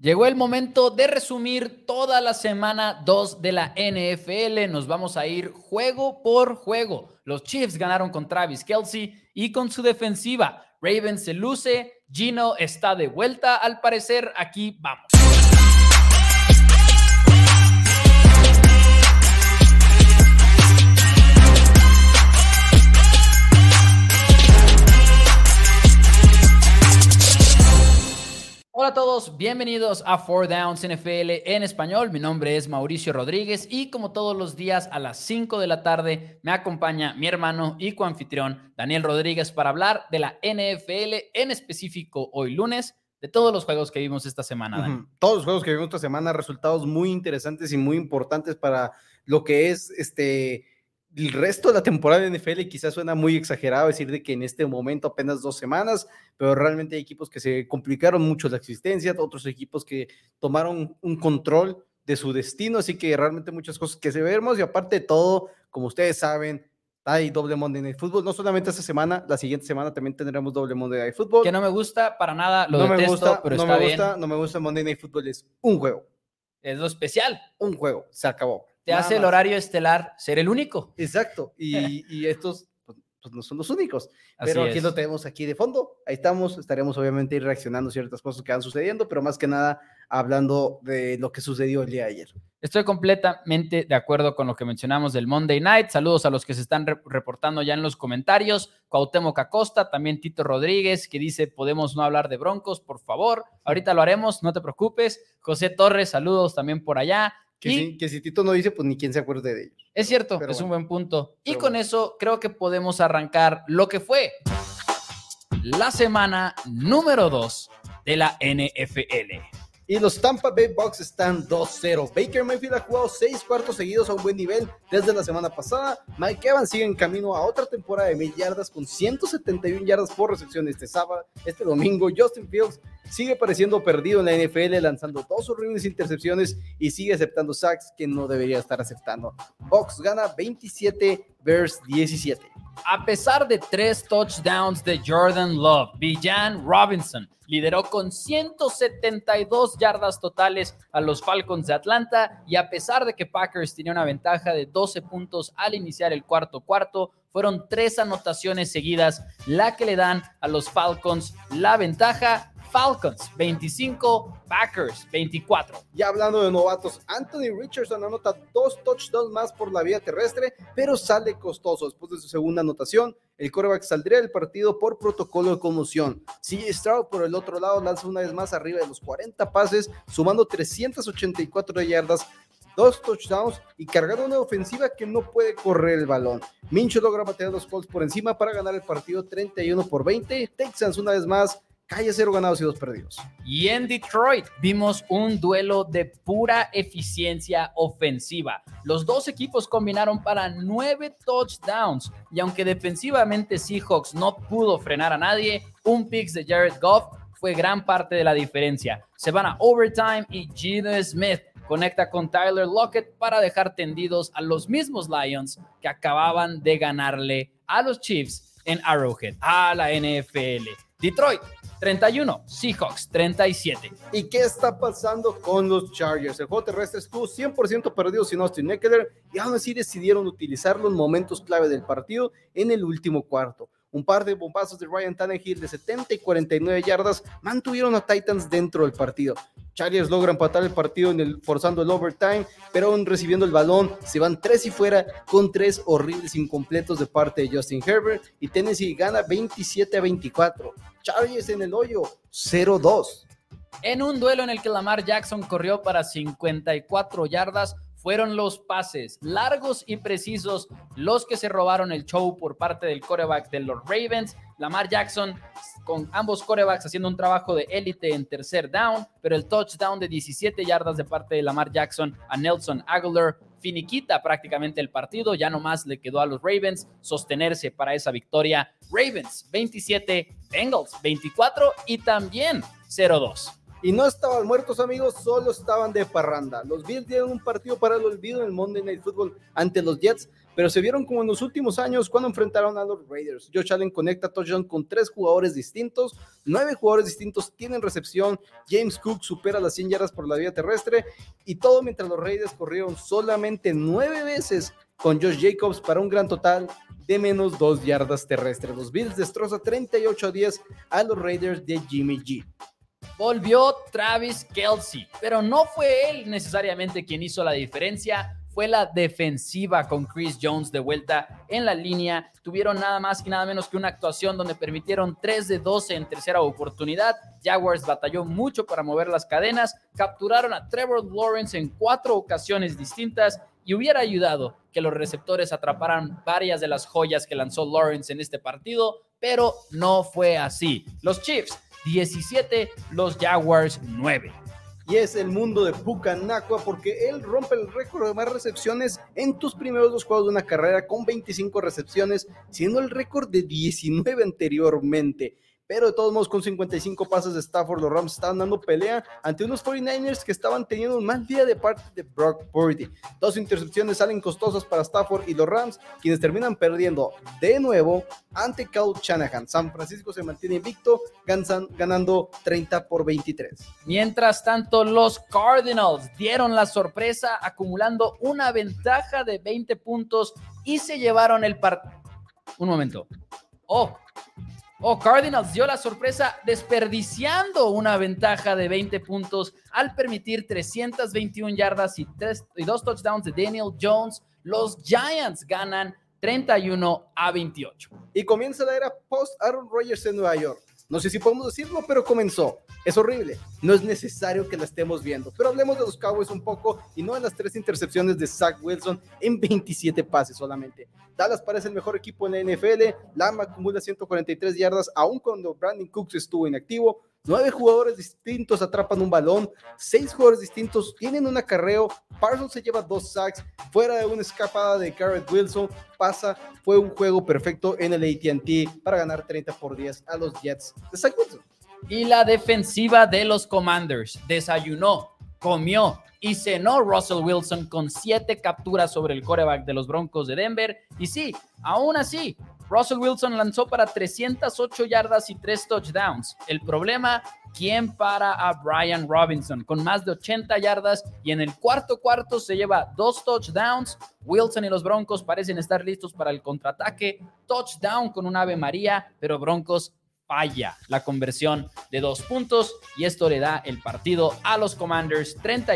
Llegó el momento de resumir toda la semana 2 de la NFL. Nos vamos a ir juego por juego. Los Chiefs ganaron con Travis Kelce y con su defensiva. Ravens se luce, Gino está de vuelta al parecer. Aquí vamos. Hola a todos, bienvenidos a 4Downs NFL en español. Mi nombre es Mauricio Rodríguez y como todos los días a las 5 de la tarde me acompaña mi hermano y coanfitrión Daniel Rodríguez para hablar de la NFL, en específico hoy lunes, de todos los juegos que vimos esta semana, Dani. Todos los juegos que vimos esta semana, resultados muy interesantes y muy importantes para lo que es el resto de la temporada de NFL. Quizás suena muy exagerado decir de que en este momento apenas 2 semanas, pero realmente hay equipos que se complicaron mucho la existencia, otros equipos que tomaron un control de su destino, así que realmente muchas cosas que se vemos, y aparte de todo, como ustedes saben, hay doble Monday Night Football, no solamente esta semana, la siguiente semana también tendremos doble Monday Night Football. Que no me gusta para nada, lo detesto, pero está bien. No me gusta Monday Night Football, es un juego. Es lo especial. Un juego, se acabó. Te hace el horario estelar ser el único. Exacto, y estos pues no son los únicos, pero Así aquí es. lo tenemos aquí de fondo, ahí estamos, estaremos obviamente reaccionando a ciertas cosas que van sucediendo, pero más que nada hablando de lo que sucedió el día de ayer. Estoy completamente de acuerdo con lo que mencionamos del Monday Night. Saludos a los que se están reportando ya en los comentarios. Cuauhtémoc Acosta, también Tito Rodríguez, que dice, ¿podemos no hablar de Broncos, por favor? Ahorita lo haremos, no te preocupes. José Torres, saludos también por allá. Que si Tito no dice, pues ni quien se acuerde de ellos. Es cierto, pero es bueno, un buen punto. Y con eso creo que podemos arrancar lo que fue la semana número 2 de la NFL. Y los Tampa Bay Bucks están 2-0. Baker Mayfield ha jugado 6 cuartos seguidos a un buen nivel desde la semana pasada. Mike Evans sigue en camino a otra temporada de 1000 yardas con 171 yardas por recepción este domingo. Justin Fields sigue pareciendo perdido en la NFL, lanzando 2 horribles intercepciones y sigue aceptando sacks que no debería estar aceptando. Bucks gana 27, Bears 17. A pesar de 3 touchdowns de Jordan Love, Bijan Robinson lideró con 172 yardas totales a los Falcons de Atlanta, y a pesar de que Packers tenía una ventaja de 12 puntos al iniciar el cuarto, fueron 3 anotaciones seguidas la que le dan a los Falcons la ventaja. Falcons 25, Packers 24. Ya hablando de novatos, Anthony Richardson anota 2 touchdowns más por la vía terrestre, pero sale costoso. Después de su segunda anotación, el quarterback saldría del partido por protocolo de conmoción. CJ Stroud, por el otro lado, lanza una vez más arriba de los 40 pases, sumando 384 yardas, 2 touchdowns y cargando una ofensiva que no puede correr el balón. Minshew logra batear a los Colts por encima para ganar el partido 31-20. Texans una vez más cae 0 ganados y 2 perdidos. Y en Detroit vimos un duelo de pura eficiencia ofensiva. Los dos equipos combinaron para 9 touchdowns, y aunque defensivamente Seahawks no pudo frenar a nadie, un pick de Jared Goff fue gran parte de la diferencia. Se van a overtime y Geno Smith conecta con Tyler Lockett para dejar tendidos a los mismos Lions que acababan de ganarle a los Chiefs en Arrowhead, a la NFL. Detroit 31, Seahawks 37. ¿Y qué está pasando con los Chargers? El juego terrestre estuvo 100% perdido sin Austin Ekeler, y aún así decidieron utilizarlo en momentos clave del partido en el último cuarto. Un par de bombazos de Ryan Tannehill de 70 y 49 yardas mantuvieron a Titans dentro del partido. Chargers logra empatar el partido forzando el overtime, pero aún recibiendo el balón se van 3 y fuera con 3 horribles incompletos de parte de Justin Herbert, y Tennessee gana 27-24. Chargers en el hoyo 0-2. En un duelo en el que Lamar Jackson corrió para 54 yardas, fueron los pases largos y precisos los que se robaron el show por parte del quarterback de los Ravens. Lamar Jackson con ambos quarterbacks haciendo un trabajo de élite en tercer down, pero el touchdown de 17 yardas de parte de Lamar Jackson a Nelson Agholor finiquita prácticamente el partido. Ya nomás le quedó a los Ravens sostenerse para esa victoria. Ravens 27, Bengals 24 y también 0-2. Y no estaban muertos, amigos, solo estaban de parranda. Los Bills dieron un partido para el olvido en el Monday Night Football ante los Jets, pero se vieron como en los últimos años cuando enfrentaron a los Raiders. Josh Allen conecta touchdown con 3 jugadores distintos, 9 jugadores distintos tienen recepción, James Cook supera las 100 yardas por la vía terrestre, y todo mientras los Raiders corrieron solamente 9 veces con Josh Jacobs para un gran total de menos 2 yardas terrestres. Los Bills destrozan 38-10 a los Raiders de Jimmy G. Volvió Travis Kelce, pero no fue él necesariamente quien hizo la diferencia, fue la defensiva con Chris Jones de vuelta en la línea. Tuvieron nada más y nada menos que una actuación donde permitieron 3 de 12 en tercera oportunidad. Jaguars batalló mucho para mover las cadenas, capturaron a Trevor Lawrence en 4 ocasiones distintas y hubiera ayudado que los receptores atraparan varias de las joyas que lanzó Lawrence en este partido, pero no fue así. Los Chiefs 17, los Jaguars 9. Y es el mundo de Puka Nacua porque él rompe el récord de más recepciones en tus primeros 2 juegos de una carrera con 25 recepciones, siendo el récord de 19 anteriormente. Pero de todos modos, con 55 pases de Stafford, los Rams estaban dando pelea ante unos 49ers que estaban teniendo un mal día de parte de Brock Purdy. 2 intercepciones salen costosas para Stafford y los Rams, quienes terminan perdiendo de nuevo ante Kyle Shanahan. San Francisco se mantiene invicto, ganando 30-23. Mientras tanto, los Cardinals dieron la sorpresa, acumulando una ventaja de 20 puntos y se llevaron el partido. Un momento. Cardinals dio la sorpresa desperdiciando una ventaja de 20 puntos al permitir 321 yardas y 2 touchdowns de Daniel Jones. Los Giants ganan 31-28. Y comienza la era post-Aaron Rodgers en Nueva York. No sé si podemos decirlo, pero comenzó. Es horrible. No es necesario que la estemos viendo. Pero hablemos de los Cowboys un poco y no de las 3 intercepciones de Zach Wilson en 27 pases solamente. Dallas parece el mejor equipo en la NFL. Lamb acumula 143 yardas, aun cuando Brandon Cooks estuvo inactivo. 9 jugadores distintos atrapan un balón, 6 jugadores distintos tienen un acarreo. Parsons se lleva 2 sacks, fuera de una escapada de Garrett Wilson. Fue un juego perfecto en el AT&T para ganar 30-10 a los Jets de Zach Wilson. Y la defensiva de los Commanders desayunó, comió y cenó Russell Wilson con 7 capturas sobre el quarterback de los Broncos de Denver. Y sí, aún así, Russell Wilson lanzó para 308 yardas y 3 touchdowns. El problema, ¿quién para a Brian Robinson? Con más de 80 yardas y en el cuarto se lleva 2 touchdowns. Wilson y los Broncos parecen estar listos para el contraataque. Touchdown con un Ave María, pero Broncos falla la conversión de 2 puntos y esto le da el partido a los Commanders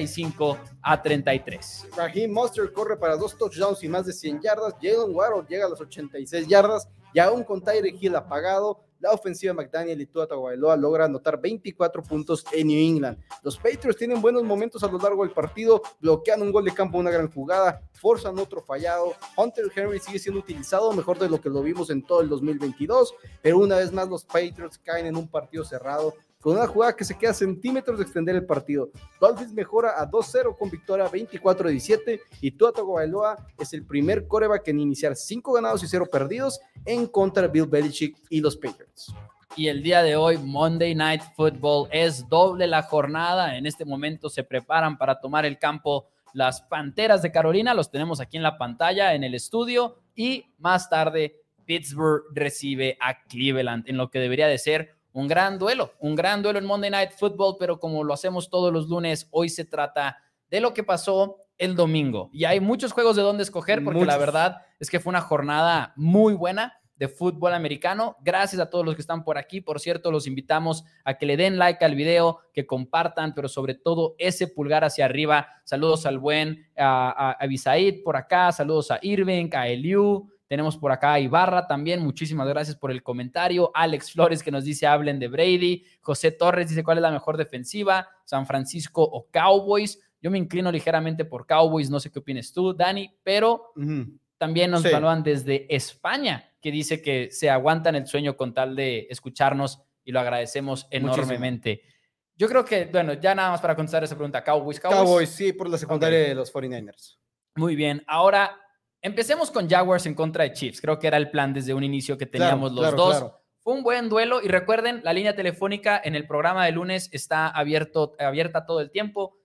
35-33. Raheem Mostert corre para 2 touchdowns y más de 100 yardas. Jalen Waddle llega a las 86 yardas y aún con Tyreek Hill apagado, la ofensiva de McDaniel y Tua Tagovailoa logra anotar 24 puntos en New England. Los Patriots tienen buenos momentos a lo largo del partido, bloquean un gol de campo, una gran jugada, forzan otro fallado. Hunter Henry sigue siendo utilizado mejor de lo que lo vimos en todo el 2022, pero una vez más los Patriots caen en un partido cerrado con una jugada que se queda a centímetros de extender el partido. Dolphins mejora a 2-0 con victoria 24-17 y Tua Tagovailoa es el primer quarterback en iniciar 5 ganados y 0 perdidos en contra de Bill Belichick y los Patriots. Y el día de hoy, Monday Night Football, es doble la jornada. En este momento se preparan para tomar el campo las Panteras de Carolina. Los tenemos aquí en la pantalla, en el estudio. Y más tarde, Pittsburgh recibe a Cleveland en lo que debería de ser un gran duelo en Monday Night Football, pero como lo hacemos todos los lunes, hoy se trata de lo que pasó el domingo. Y hay muchos juegos de dónde escoger, porque la verdad es que fue una jornada muy buena de fútbol americano. Gracias a todos los que están por aquí. Por cierto, los invitamos a que le den like al video, que compartan, pero sobre todo ese pulgar hacia arriba. Saludos al buen a Abisaid por acá, saludos a Irving, a Eliu. Tenemos por acá a Ibarra también, muchísimas gracias por el comentario. Alex Flores que nos dice hablen de Brady. José Torres dice cuál es la mejor defensiva, San Francisco o Cowboys. Yo me inclino ligeramente por Cowboys, no sé qué opinas tú, Dani, pero también nos saludan desde España, que dice que se aguantan el sueño con tal de escucharnos y lo agradecemos enormemente. Muchísimo. Yo creo que, bueno, ya nada más para contestar esa pregunta, Cowboys. Cowboys, sí, por la secundaria de los 49ers. Muy bien, ahora empecemos con Jaguars en contra de Chiefs. Creo que era el plan desde un inicio que teníamos los dos. Claro. Fue un buen duelo y recuerden, la línea telefónica en el programa de lunes está abierta todo el tiempo.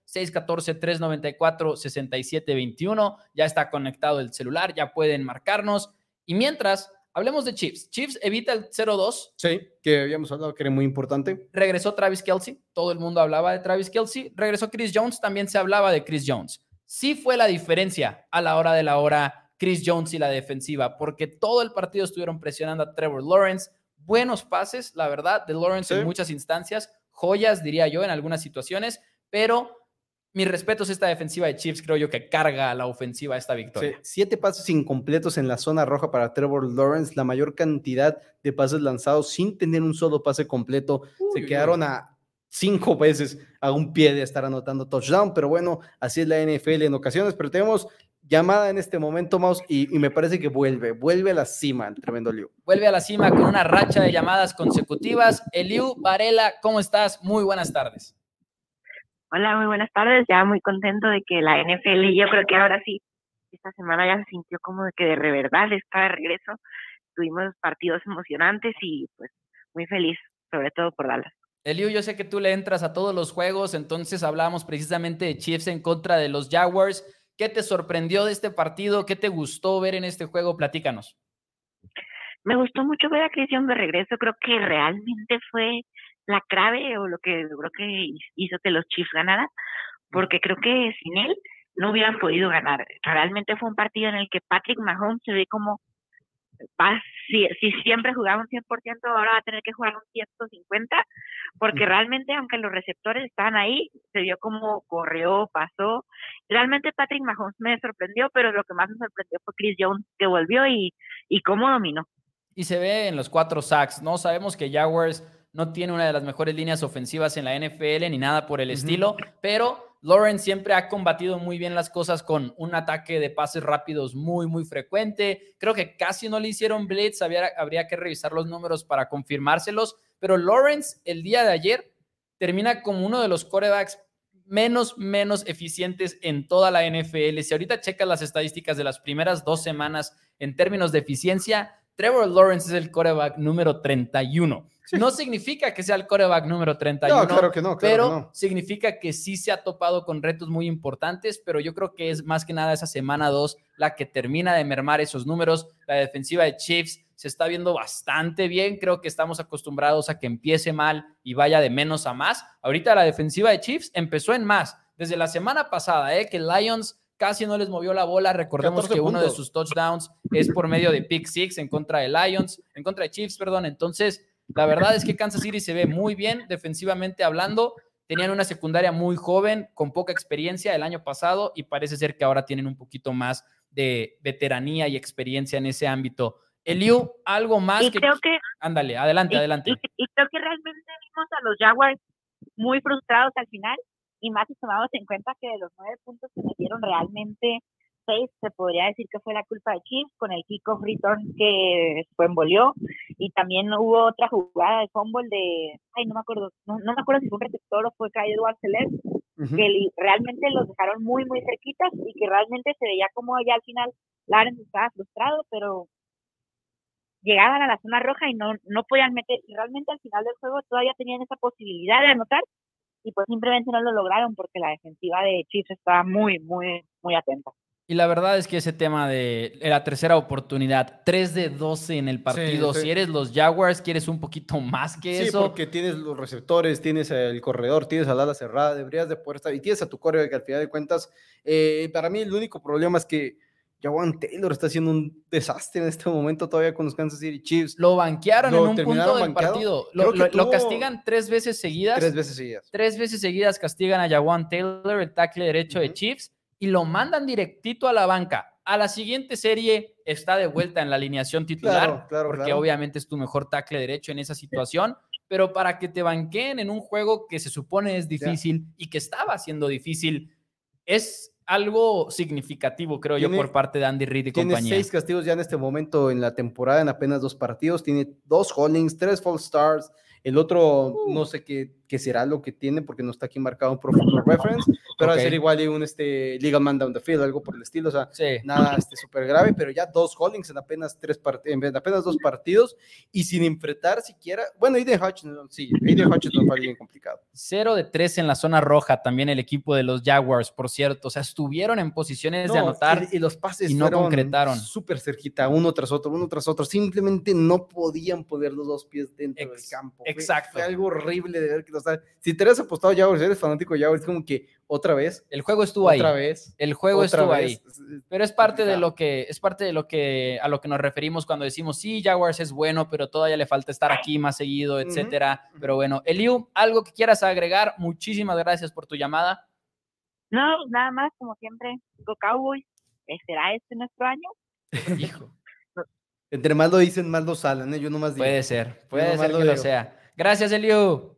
614-394-6721. Ya está conectado el celular, ya pueden marcarnos. Y mientras, hablemos de Chiefs. Chiefs evita el 0-2. Sí, que habíamos hablado que era muy importante. Regresó Travis Kelce, todo el mundo hablaba de Travis Kelce. Regresó Chris Jones, también se hablaba de Chris Jones. Sí fue la diferencia a la hora de la hora Chris Jones y la defensiva, porque todo el partido estuvieron presionando a Trevor Lawrence. Buenos pases, la verdad, de Lawrence en muchas instancias. Joyas, diría yo, en algunas situaciones, pero mis respetos a esta defensiva de Chiefs, creo yo que carga a la ofensiva esta victoria. Sí, 7 pases incompletos en la zona roja para Trevor Lawrence, la mayor cantidad de pases lanzados sin tener un solo pase completo. Se quedaron a 5 veces a un pie de estar anotando touchdown, pero bueno, así es la NFL en ocasiones, pero tenemos llamada en este momento, Maus, y me parece que vuelve a la cima el tremendo Liu. Vuelve a la cima con una racha de llamadas consecutivas. Eliu Varela, ¿cómo estás? Muy buenas tardes. Hola, muy buenas tardes. Ya muy contento de que la NFL, yo creo que ahora sí, esta semana ya se sintió como de que de verdad está de regreso. Tuvimos partidos emocionantes y pues muy feliz, sobre todo por Dallas. Eliu, yo sé que tú le entras a todos los juegos, entonces hablábamos precisamente de Chiefs en contra de los Jaguars. ¿Qué te sorprendió de este partido? ¿Qué te gustó ver en este juego? Platícanos. Me gustó mucho ver a Chris Jones de regreso. Creo que realmente fue la clave o lo que creo que hizo que los Chiefs ganaran, porque creo que sin él no hubieran podido ganar. Realmente fue un partido en el que Patrick Mahomes se ve como si siempre jugaba un 100%, ahora va a tener que jugar un 150, porque realmente, aunque los receptores estaban ahí, se vio como corrió, pasó. Realmente Patrick Mahomes me sorprendió, pero lo que más me sorprendió fue Chris Jones, que volvió y cómo dominó. Y se ve en los 4 sacks, ¿no? Sabemos que Jaguars no tiene una de las mejores líneas ofensivas en la NFL ni nada por el estilo, pero Lawrence siempre ha combatido muy bien las cosas con un ataque de pases rápidos muy, muy frecuente. Creo que casi no le hicieron blitz, habría que revisar los números para confirmárselos, pero Lawrence el día de ayer termina como uno de los quarterbacks menos eficientes en toda la NFL. Si ahorita checas las estadísticas de las primeras 2 semanas en términos de eficiencia, Trevor Lawrence es el quarterback número 31. No significa que sea el quarterback número 31, no, claro que no, pero significa que sí se ha topado con retos muy importantes, pero yo creo que es más que nada esa semana 2 la que termina de mermar esos números. La defensiva de Chiefs se está viendo bastante bien. Creo que estamos acostumbrados a que empiece mal y vaya de menos a más. Ahorita la defensiva de Chiefs empezó en más. Desde la semana pasada, que Lions casi no les movió la bola. Recordemos que uno de sus touchdowns es por medio de pick six en contra de Chiefs, perdón. Entonces, la verdad es que Kansas City se ve muy bien defensivamente hablando. Tenían una secundaria muy joven, con poca experiencia el año pasado, y parece ser que ahora tienen un poquito más de veteranía y experiencia en ese ámbito. Eliu, algo más y creo que... Ándale, adelante. Y creo que realmente vimos a los Jaguars muy frustrados al final, y más si tomamos en cuenta que de los 9 puntos que metieron, realmente 6 se podría decir que fue la culpa de Chiefs, con el kickoff return que fue envolvió, y también hubo otra jugada de fumble de, no me acuerdo si fue un receptor o fue Clyde Edwards-Helaire, que realmente los dejaron muy cerquitas, y que realmente se veía como ya al final Lawrence estaba frustrado, pero llegaban a la zona roja y no podían meter, y realmente al final del juego todavía tenían esa posibilidad de anotar, y pues simplemente no lo lograron porque la defensiva de Chiefs estaba muy atenta. Y la verdad es que ese tema de la tercera oportunidad, 3 de 12 en el partido, si eres los Jaguars, quieres un poquito más que eso. Sí, porque tienes los receptores, tienes el corredor, tienes al ala cerrada, deberías de poder estar, y tienes a tu quarterback que al final de cuentas, para mí el único problema es que Jawaan Taylor está haciendo un desastre en este momento todavía con los Kansas City Chiefs. Lo banquearon en un punto del partido. Lo castigan 3 veces seguidas. 3 veces seguidas. 3 veces seguidas castigan a Jawaan Taylor, el tackle derecho de Chiefs, y lo mandan directito a la banca. A la siguiente serie está de vuelta en la alineación titular, porque obviamente es tu mejor tackle derecho en esa situación, pero para que te banqueen en un juego que se supone es difícil y que estaba siendo difícil, es algo significativo, creo yo, por parte de Andy Reid y compañía. Tiene 6 castigos ya en este momento en la temporada, en apenas 2 partidos. Tiene 2 holdings, 3 false starts. El otro, no sé qué que será lo que tiene, porque no está aquí marcado en Pro Football Reference, pero va a ser igual un legal man down the field, algo por el estilo, o sea, nada súper grave, pero ya 2 holdings en apenas 2 partidos, y sin enfrentar siquiera, bueno, Aiden Hutchinson fue bien complicado. 0 de 3 en la zona roja, también el equipo de los Jaguars, por cierto, o sea, estuvieron en posiciones de anotar y los pases y no concretaron. Súper cerquita, uno tras otro, simplemente no podían poner los 2 pies dentro del campo. Exacto. Fue algo horrible de ver que si te hubieras apostado Jaguars, eres fanático de Jaguars, como que otra vez. El juego estuvo ahí. El juego estuvo ahí. Pero es parte de lo que a lo que nos referimos cuando decimos, sí, Jaguars es bueno, pero todavía le falta estar aquí más seguido, etcétera. Pero bueno, Eliu, algo que quieras agregar, muchísimas gracias por tu llamada. No, nada más, como siempre, Go Cowboys. ¿Será este nuestro año? Hijo. Entre más lo dicen, más lo salen, ¿eh? Yo nomás digo. Puede ser que lo sea. Gracias, Eliu.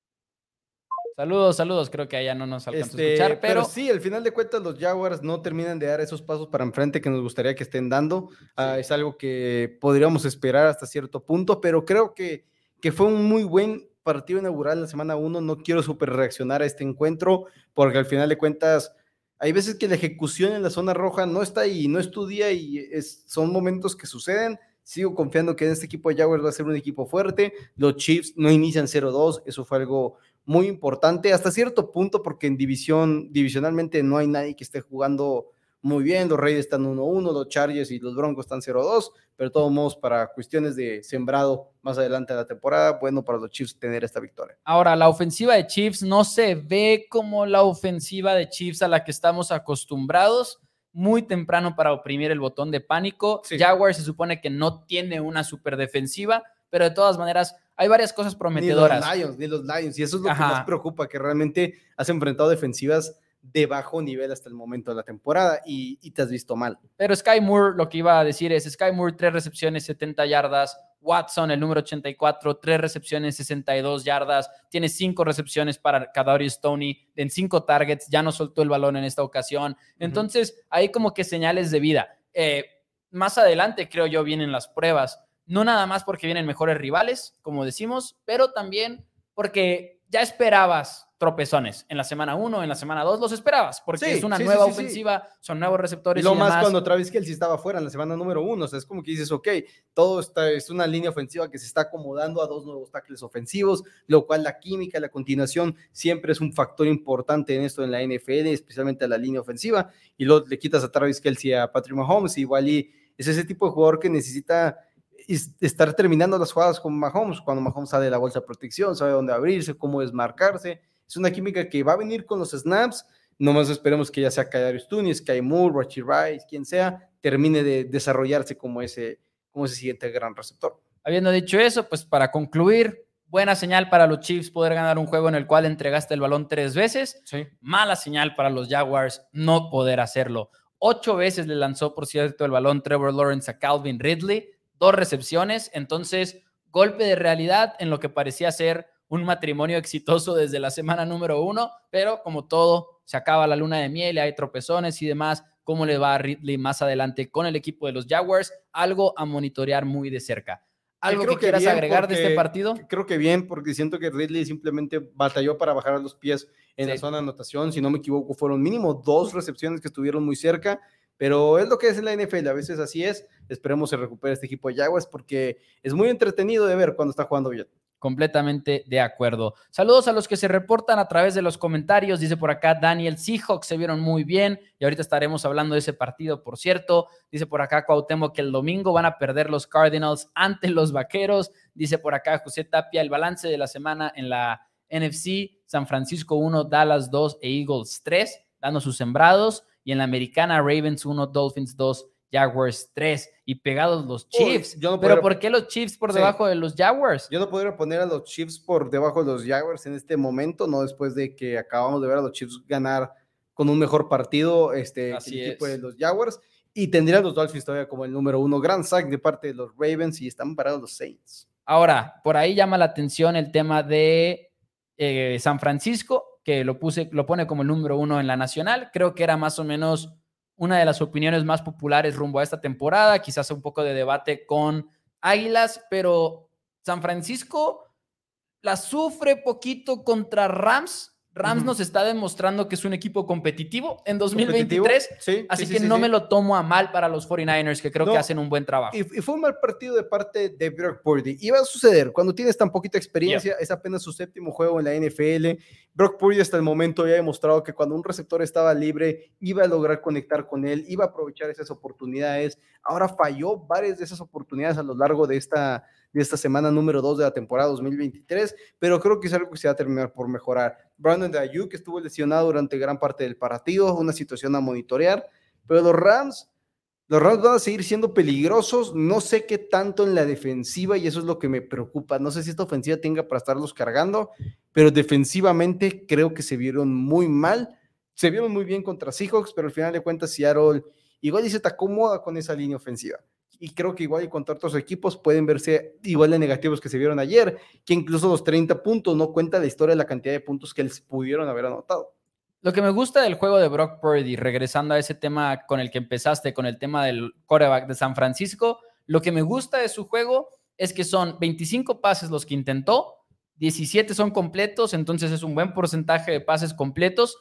Saludos, creo que allá no nos alcanzó a escuchar, pero sí, al final de cuentas los Jaguars no terminan de dar esos pasos para enfrente que nos gustaría que estén dando. Es algo que podríamos esperar hasta cierto punto, pero creo que fue un muy buen partido inaugural en la semana 1. No quiero súper reaccionar a este encuentro, porque al final de cuentas hay veces que la ejecución en la zona roja no está ahí, no estudia, y son momentos que suceden. Sigo confiando que en este equipo de Jaguars va a ser un equipo fuerte. Los Chiefs no inician 0-2, eso fue algo muy importante hasta cierto punto, porque divisionalmente no hay nadie que esté jugando muy bien. Los Raiders están 1-1, los Chargers y los Broncos están 0-2, pero de todos modos, para cuestiones de sembrado más adelante de la temporada, bueno para los Chiefs tener esta victoria. Ahora, la ofensiva de Chiefs no se ve como la ofensiva de Chiefs a la que estamos acostumbrados. Muy temprano para oprimir el botón de pánico. Sí. Jaguars se supone que no tiene una super defensiva, pero de todas maneras hay varias cosas prometedoras. Ni los Lions, y eso es lo que más preocupa, que realmente has enfrentado defensivas de bajo nivel hasta el momento de la temporada y te has visto mal. Pero Sky Moore, lo que iba a decir es, Sky Moore, 3 recepciones, 70 yardas. Watson, el número 84, 3 recepciones, 62 yardas. Tiene 5 recepciones para Kadarius Toney en 5 targets. Ya no soltó el balón en esta ocasión. Entonces, hay como que señales de vida. Más adelante, creo yo, vienen las pruebas. No nada más porque vienen mejores rivales, como decimos, pero también porque ya esperabas tropezones en la semana 1, en la semana 2, los esperabas, porque es una nueva ofensiva, son nuevos receptores y lo más cuando Travis Kelce estaba fuera en la semana número 1, o sea, es como que dices, ok, todo es una línea ofensiva que se está acomodando a 2 nuevos tackles ofensivos, lo cual la química, la continuación siempre es un factor importante en esto en la NFL, especialmente a la línea ofensiva, y luego le quitas a Travis Kelce y a Patrick Mahomes, igual y es ese tipo de jugador que necesita estar terminando las jugadas con Mahomes, cuando Mahomes sale de la bolsa de protección, sabe dónde abrirse, cómo desmarcarse. Es una química que va a venir con los snaps. Nomás esperemos que ya sea Kadarius Toney, Sky Moore, Rashee Rice, quien sea, termine de desarrollarse como ese siguiente gran receptor. Habiendo dicho eso, pues para concluir, buena señal para los Chiefs poder ganar un juego en el cual entregaste el balón 3 veces. Sí. Mala señal para los Jaguars no poder hacerlo. 8 veces le lanzó, por cierto, el balón Trevor Lawrence a Calvin Ridley, 2 recepciones. Entonces, golpe de realidad en lo que parecía ser un matrimonio exitoso desde la semana número 1, pero como todo, se acaba la luna de miel, hay tropezones y demás. ¿Cómo le va a Ridley más adelante con el equipo de los Jaguars? Algo a monitorear muy de cerca. ¿Algo que quieras agregar de este partido? Creo que bien, porque siento que Ridley simplemente batalló para bajar a los pies en la zona de anotación. Si no me equivoco, fueron mínimo 2 recepciones que estuvieron muy cerca, pero es lo que es en la NFL, a veces así es. Esperemos se recupere este equipo de Jaguars, porque es muy entretenido de ver cuando está jugando bien. Completamente de acuerdo. Saludos a los que se reportan a través de los comentarios. Dice por acá Daniel, Seahawks se vieron muy bien y ahorita estaremos hablando de ese partido, por cierto. Dice por acá Cuauhtémoc que el domingo van a perder los Cardinals ante los Vaqueros. Dice por acá José Tapia, el balance de la semana en la NFC, San Francisco 1, Dallas 2 e Eagles 3, dando sus sembrados. Y en la americana, Ravens 1, Dolphins 2, Jaguars 3 y pegados los Chiefs. Pero ¿por qué los Chiefs por debajo de los Jaguars? Yo no podría poner a los Chiefs por debajo de los Jaguars en este momento, no después de que acabamos de ver a los Chiefs ganar con un mejor partido el equipo de los Jaguars, y tendrían los Dolphins todavía como el número 1. Gran sack de parte de los Ravens y están parados los Saints. Ahora, por ahí llama la atención el tema de San Francisco, que lo pone como el número 1 en la nacional. Creo que era más o menos una de las opiniones más populares rumbo a esta temporada, quizás un poco de debate con Águilas, pero San Francisco la sufre poquito contra Rams. Rams Ujú. nos está demostrando que es un equipo competitivo en 2023, Sí, así sí, que sí, no sí. me lo tomo a mal para los 49ers, que creo que hacen un buen trabajo. Y fue un mal partido de parte de Brock Purdy. Iba a suceder cuando tienes tan poquita experiencia, es apenas su 7º juego en la NFL. Brock Purdy hasta el momento ya ha demostrado que cuando un receptor estaba libre, iba a lograr conectar con él, iba a aprovechar esas oportunidades. Ahora falló varias de esas oportunidades a lo largo de esta semana número 2 de la temporada 2023, pero creo que es algo que se va a terminar por mejorar. Brandon Ayuk estuvo lesionado durante gran parte del partido, una situación a monitorear, pero los Rams van a seguir siendo peligrosos, no sé qué tanto en la defensiva y eso es lo que me preocupa, no sé si esta ofensiva tenga para estarlos cargando, pero defensivamente creo que se vieron muy mal, se vieron muy bien contra Seahawks, pero al final de cuentas Seattle igual y se te acomoda con esa línea ofensiva y creo que igual y contra otros equipos pueden verse igual de negativos que se vieron ayer, que incluso los 30 puntos no cuenta la historia de la cantidad de puntos que les pudieron haber anotado. Lo que me gusta del juego de Brock Purdy, regresando a ese tema con el que empezaste, con el tema del quarterback de San Francisco, lo que me gusta de su juego es que son 25 pases los que intentó, 17 son completos, entonces es un buen porcentaje de pases completos,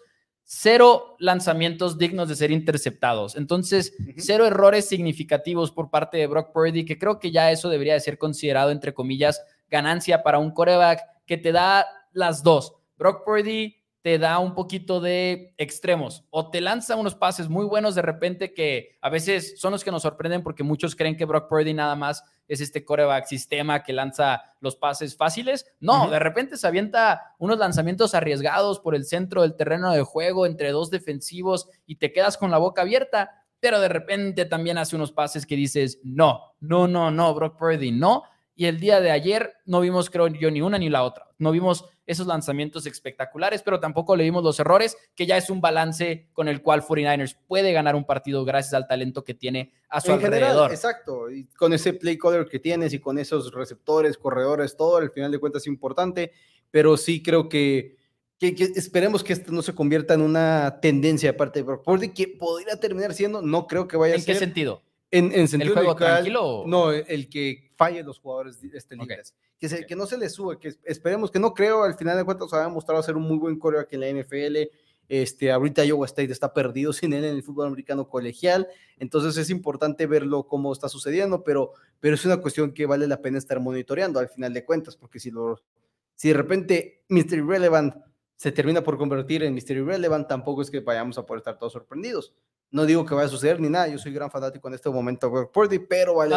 0 lanzamientos dignos de ser interceptados. Entonces, 0 errores significativos por parte de Brock Purdy, que creo que ya eso debería de ser considerado, entre comillas, ganancia para un quarterback que te da las dos. Brock Purdy te da un poquito de extremos o te lanza unos pases muy buenos de repente que a veces son los que nos sorprenden porque muchos creen que Brock Purdy nada más es este quarterback sistema que lanza los pases fáciles. No, de repente se avienta unos lanzamientos arriesgados por el centro del terreno de juego entre dos defensivos y te quedas con la boca abierta, pero de repente también hace unos pases que dices, no, Brock Purdy, no. Y el día de ayer no vimos, creo yo, ni una ni la otra. No vimos esos lanzamientos espectaculares, pero tampoco le vimos los errores, que ya es un balance con el cual 49ers puede ganar un partido gracias al talento que tiene a su alrededor. General, exacto, y con ese play caller que tienes y con esos receptores, corredores, todo, al final de cuentas es importante, pero sí creo que esperemos que esto no se convierta en una tendencia de parte de Brock Purdy, que podría terminar siendo, no creo que vaya a ser. ¿En qué sentido? En sentido ¿El juego musical, tranquilo? No, el que falle los jugadores libres. Okay. Que no se les sube, que esperemos que no creo, al final de cuentas ha demostrado ser un muy buen quarterback en la NFL. Ahorita Iowa State está perdido sin él en el fútbol americano colegial, entonces es importante verlo cómo está sucediendo, pero es una cuestión que vale la pena estar monitoreando al final de cuentas, porque si de repente Mr. Irrelevant se termina por convertir en Mr. Irrelevant, tampoco es que vayamos a poder estar todos sorprendidos. No digo que vaya a suceder ni nada, yo soy gran fanático en este momento de Brock Purdy, pero vale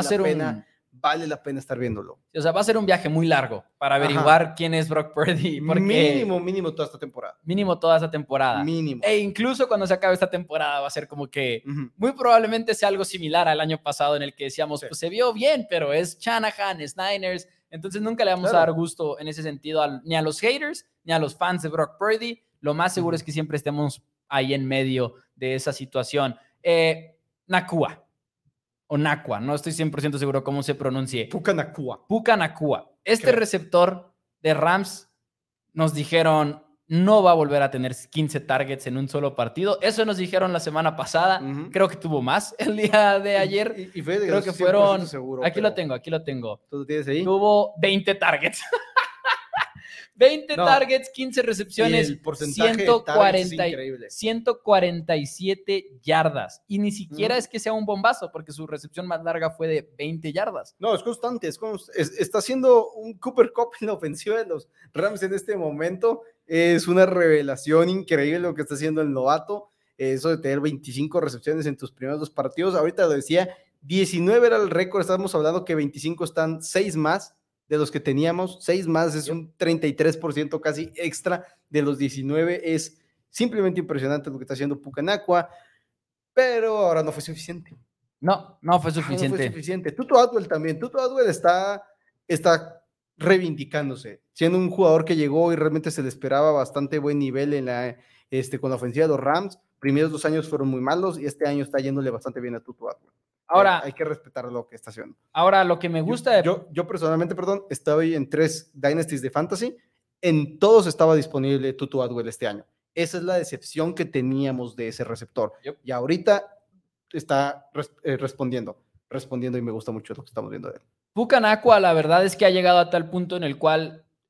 la pena estar viéndolo. O sea, va a ser un viaje muy largo para averiguar quién es Brock Purdy. Porque mínimo toda esta temporada. Mínimo toda esta temporada. Mínimo. E incluso cuando se acabe esta temporada va a ser como que muy probablemente sea algo similar al año pasado en el que decíamos, pues se vio bien, pero es Shanahan, es Niners, entonces nunca le vamos a dar gusto en ese sentido ni a los haters, ni a los fans de Brock Purdy. Lo más seguro es que siempre estemos ahí en medio de esa situación. Nacua. O Nacua, no estoy 100% seguro cómo se pronuncie. Puka Nacua. Este receptor de Rams nos dijeron no va a volver a tener 15 targets en un solo partido. Eso nos dijeron la semana pasada. Creo que tuvo más el día de ayer. Y creo que fueron... seguro, aquí lo tengo. ¿Tú lo tienes ahí? Tuvo 20 targets. 20 targets, 15 recepciones, el porcentaje 147 yardas. Y ni siquiera es que sea un bombazo, porque su recepción más larga fue de 20 yardas. No, es constante. Está haciendo un Cooper Kupp en la ofensiva de los Rams en este momento. Es una revelación increíble lo que está haciendo el novato. Eso de tener 25 recepciones en tus primeros 2 partidos. Ahorita lo decía, 19 era el récord. Estamos hablando que 25 están 6 más de los que teníamos, 6 más, es un 33% casi extra de los 19, es simplemente impresionante lo que está haciendo Puka Nacua, pero ahora no fue suficiente. No fue suficiente. Tutu Atwell también, Tutu Atwell está reivindicándose, siendo un jugador que llegó y realmente se le esperaba bastante buen nivel en con la ofensiva de los Rams. Primeros 2 años fueron muy malos y este año está yéndole bastante bien a Tutu Atwell. Ahora, hay que respetar lo que está haciendo. Ahora, lo que me gusta... Yo personalmente, estoy en 3 Dynasties de Fantasy. En todos estaba disponible Tutu Atwell este año. Esa es la decepción que teníamos de ese receptor. Y ahorita está respondiendo y me gusta mucho lo que estamos viendo de él. Puka Nacua, la verdad es que ha llegado a tal punto en el cual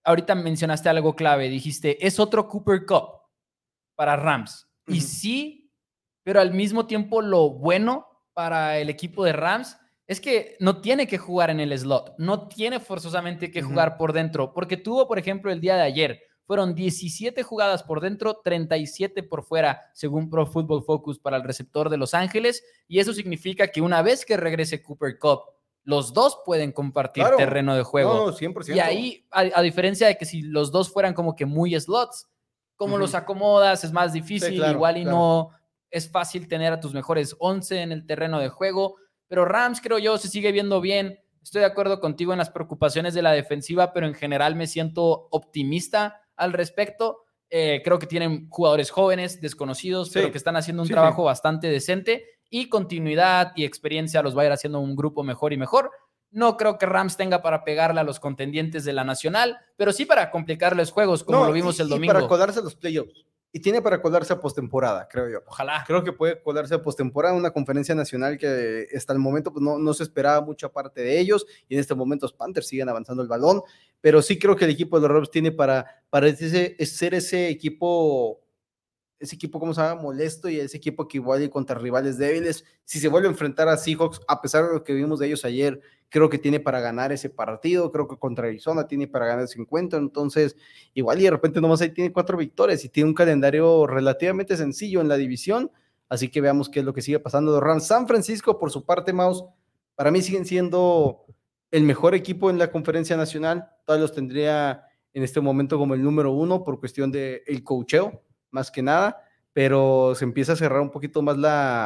ahorita mencionaste algo clave, dijiste, es otro Cooper Kupp para Rams. Y sí, pero al mismo tiempo lo bueno para el equipo de Rams es que no tiene que jugar en el slot, no tiene forzosamente que jugar por dentro, porque tuvo, por ejemplo, el día de ayer, fueron 17 jugadas por dentro, 37 por fuera, según Pro Football Focus para el receptor de Los Ángeles, y eso significa que una vez que regrese Cooper Kupp, los dos pueden compartir terreno de juego. No, 100%. Y ahí, a diferencia de que si los dos fueran como que muy slots, como los acomodas, es más difícil, sí, claro, igual y no es fácil tener a tus mejores 11 en el terreno de juego, pero Rams, creo yo, se sigue viendo bien. Estoy de acuerdo contigo en las preocupaciones de la defensiva, pero en general me siento optimista al respecto. Creo que tienen jugadores jóvenes, desconocidos, pero que están haciendo un trabajo bastante decente, y continuidad y experiencia los va a ir haciendo un grupo mejor y mejor. No creo que Rams tenga para pegarle a los contendientes de la Nacional, pero sí para complicarles juegos, como lo vimos el domingo. Y para colarse a los playoffs. Y tiene para colarse a postemporada, creo yo. Ojalá. Creo que puede colarse a postemporada, una conferencia nacional que hasta el momento pues, no se esperaba mucha parte de ellos, y en este momento los Panthers siguen avanzando el balón, pero sí creo que el equipo de los Rams tiene para ser ese equipo, ¿cómo se llama? Molesto, y ese equipo que igual y contra rivales débiles, si se vuelve a enfrentar a Seahawks, a pesar de lo que vimos de ellos ayer, creo que tiene para ganar ese partido. Creo que contra Arizona tiene para ganar ese encuentro. Entonces igual y de repente nomás ahí tiene 4 victorias y tiene un calendario relativamente sencillo en la división, así que veamos qué es lo que sigue pasando de Rams. San Francisco, por su parte, Maus, para mí siguen siendo el mejor equipo en la conferencia nacional. Todavía los tendría en este momento como el número 1 por cuestión de el coacheo, más que nada, pero se empieza a cerrar un poquito más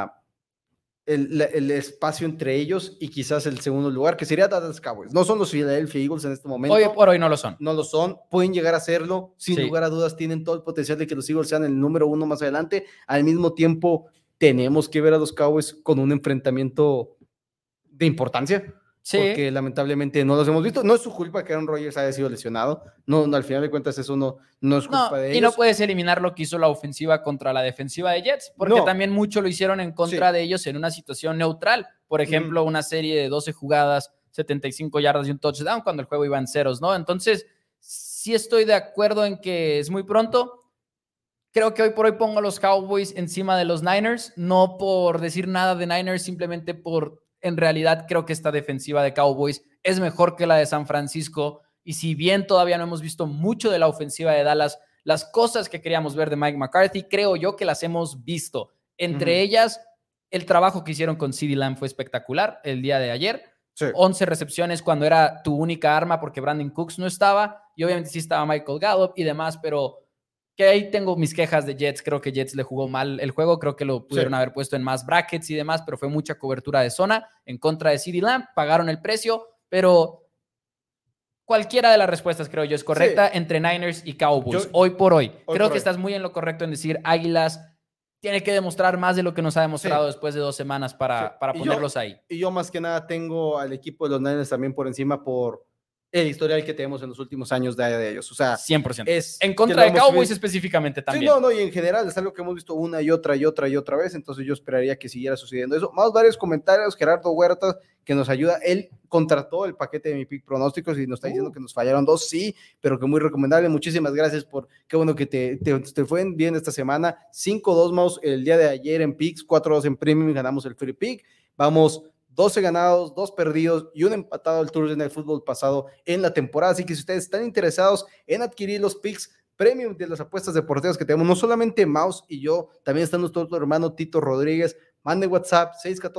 el espacio entre ellos, y quizás el segundo lugar, que sería Dallas Cowboys. No son los Philadelphia Eagles en este momento. Hoy por hoy no lo son. No lo son, pueden llegar a serlo, sin lugar a dudas tienen todo el potencial de que los Eagles sean el número 1 más adelante. Al mismo tiempo, tenemos que ver a los Cowboys con un enfrentamiento de importancia. Sí. Porque lamentablemente no los hemos visto. No es su culpa que Aaron Rodgers haya sido lesionado. No, al final de cuentas eso no es culpa de ellos. Y no puedes eliminar lo que hizo la ofensiva contra la defensiva de Jets, porque también mucho lo hicieron en contra de ellos en una situación neutral. Por ejemplo, una serie de 12 jugadas, 75 yardas y un touchdown cuando el juego iba en ceros, ¿no? Entonces, sí estoy de acuerdo en que es muy pronto. Creo que hoy por hoy pongo a los Cowboys encima de los Niners, no por decir nada de Niners, simplemente por... En realidad creo que esta defensiva de Cowboys es mejor que la de San Francisco, y si bien todavía no hemos visto mucho de la ofensiva de Dallas, las cosas que queríamos ver de Mike McCarthy, creo yo que las hemos visto. Entre ellas, el trabajo que hicieron con CeeDee Lamb fue espectacular el día de ayer. 11 recepciones cuando era tu única arma porque Brandon Cooks no estaba, y obviamente sí estaba Michael Gallup y demás, pero... que ahí tengo mis quejas de Jets. Creo que Jets le jugó mal el juego, creo que lo pudieron haber puesto en más brackets y demás, pero fue mucha cobertura de zona en contra de CeeDee Lamb, pagaron el precio, pero cualquiera de las respuestas creo yo es correcta entre Niners y Cowboys, hoy por hoy. Creo que estás muy en lo correcto en decir Águilas tiene que demostrar más de lo que nos ha demostrado después de 2 semanas para ponerlos ahí. Y yo más que nada tengo al equipo de los Niners también por encima por el historial que tenemos en los últimos años de ellos, o sea, 100%. En contra de Cowboys específicamente también. Sí, y en general es algo que hemos visto una y otra vez, entonces yo esperaría que siguiera sucediendo eso. Más varios comentarios, Gerardo Huerta, que nos ayuda, él contrató el paquete de mi pick pronósticos y nos está diciendo que nos fallaron 2, sí, pero que muy recomendable. Muchísimas gracias qué bueno que te fue bien esta semana. 5-2 Maus el día de ayer en picks, 4-2 en premium, ganamos el free pick, vamos 12 ganados, 2 perdidos y un empatado al Thursday Night Football pasado en la temporada. Así que si ustedes están interesados en adquirir los picks premium de las apuestas deportivas que tenemos, no solamente Maus y yo, también está nuestro otro hermano Tito Rodríguez. Mande WhatsApp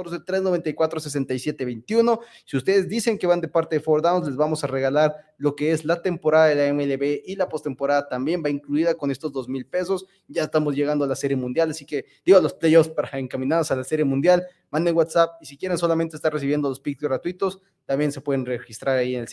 614-394-6721. Si ustedes dicen que van de parte de 4Downs, les vamos a regalar lo que es la temporada de la MLB, y la postemporada también va incluida con estos $2,000. Ya estamos llegando a la Serie Mundial, así que digo, los playoffs para encaminados a la Serie Mundial. Manden WhatsApp, y si quieren solamente estar recibiendo los picks gratuitos, también se pueden registrar ahí en el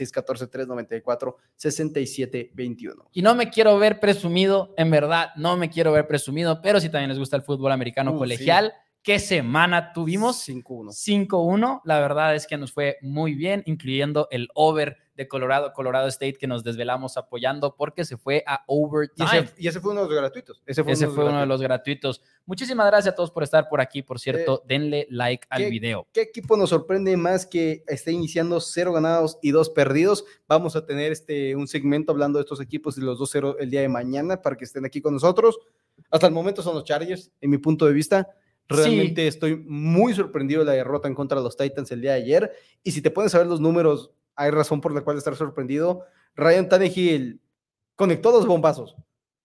614-394-6721. Y no me quiero ver presumido, en verdad, no me quiero ver presumido, pero si también les gusta el fútbol americano colegial, sí. ¿Qué semana tuvimos? 5-1. 5-1. La verdad es que nos fue muy bien, incluyendo el over de Colorado State, que nos desvelamos apoyando porque se fue a overtime. Y ese fue uno de los gratuitos. Ese fue uno de los gratuitos. Muchísimas gracias a todos por estar por aquí. Por cierto, denle like al video. ¿Qué equipo nos sorprende más que está iniciando 0 ganados y 2 perdidos? Vamos a tener un segmento hablando de estos equipos y los 2-0 el día de mañana para que estén aquí con nosotros. Hasta el momento son los Chargers, en mi punto de vista. Realmente estoy muy sorprendido de la derrota en contra de los Titans el día de ayer. Y si te pones a ver los números, hay razón por la cual estar sorprendido. Ryan Tannehill conectó 2 bombazos.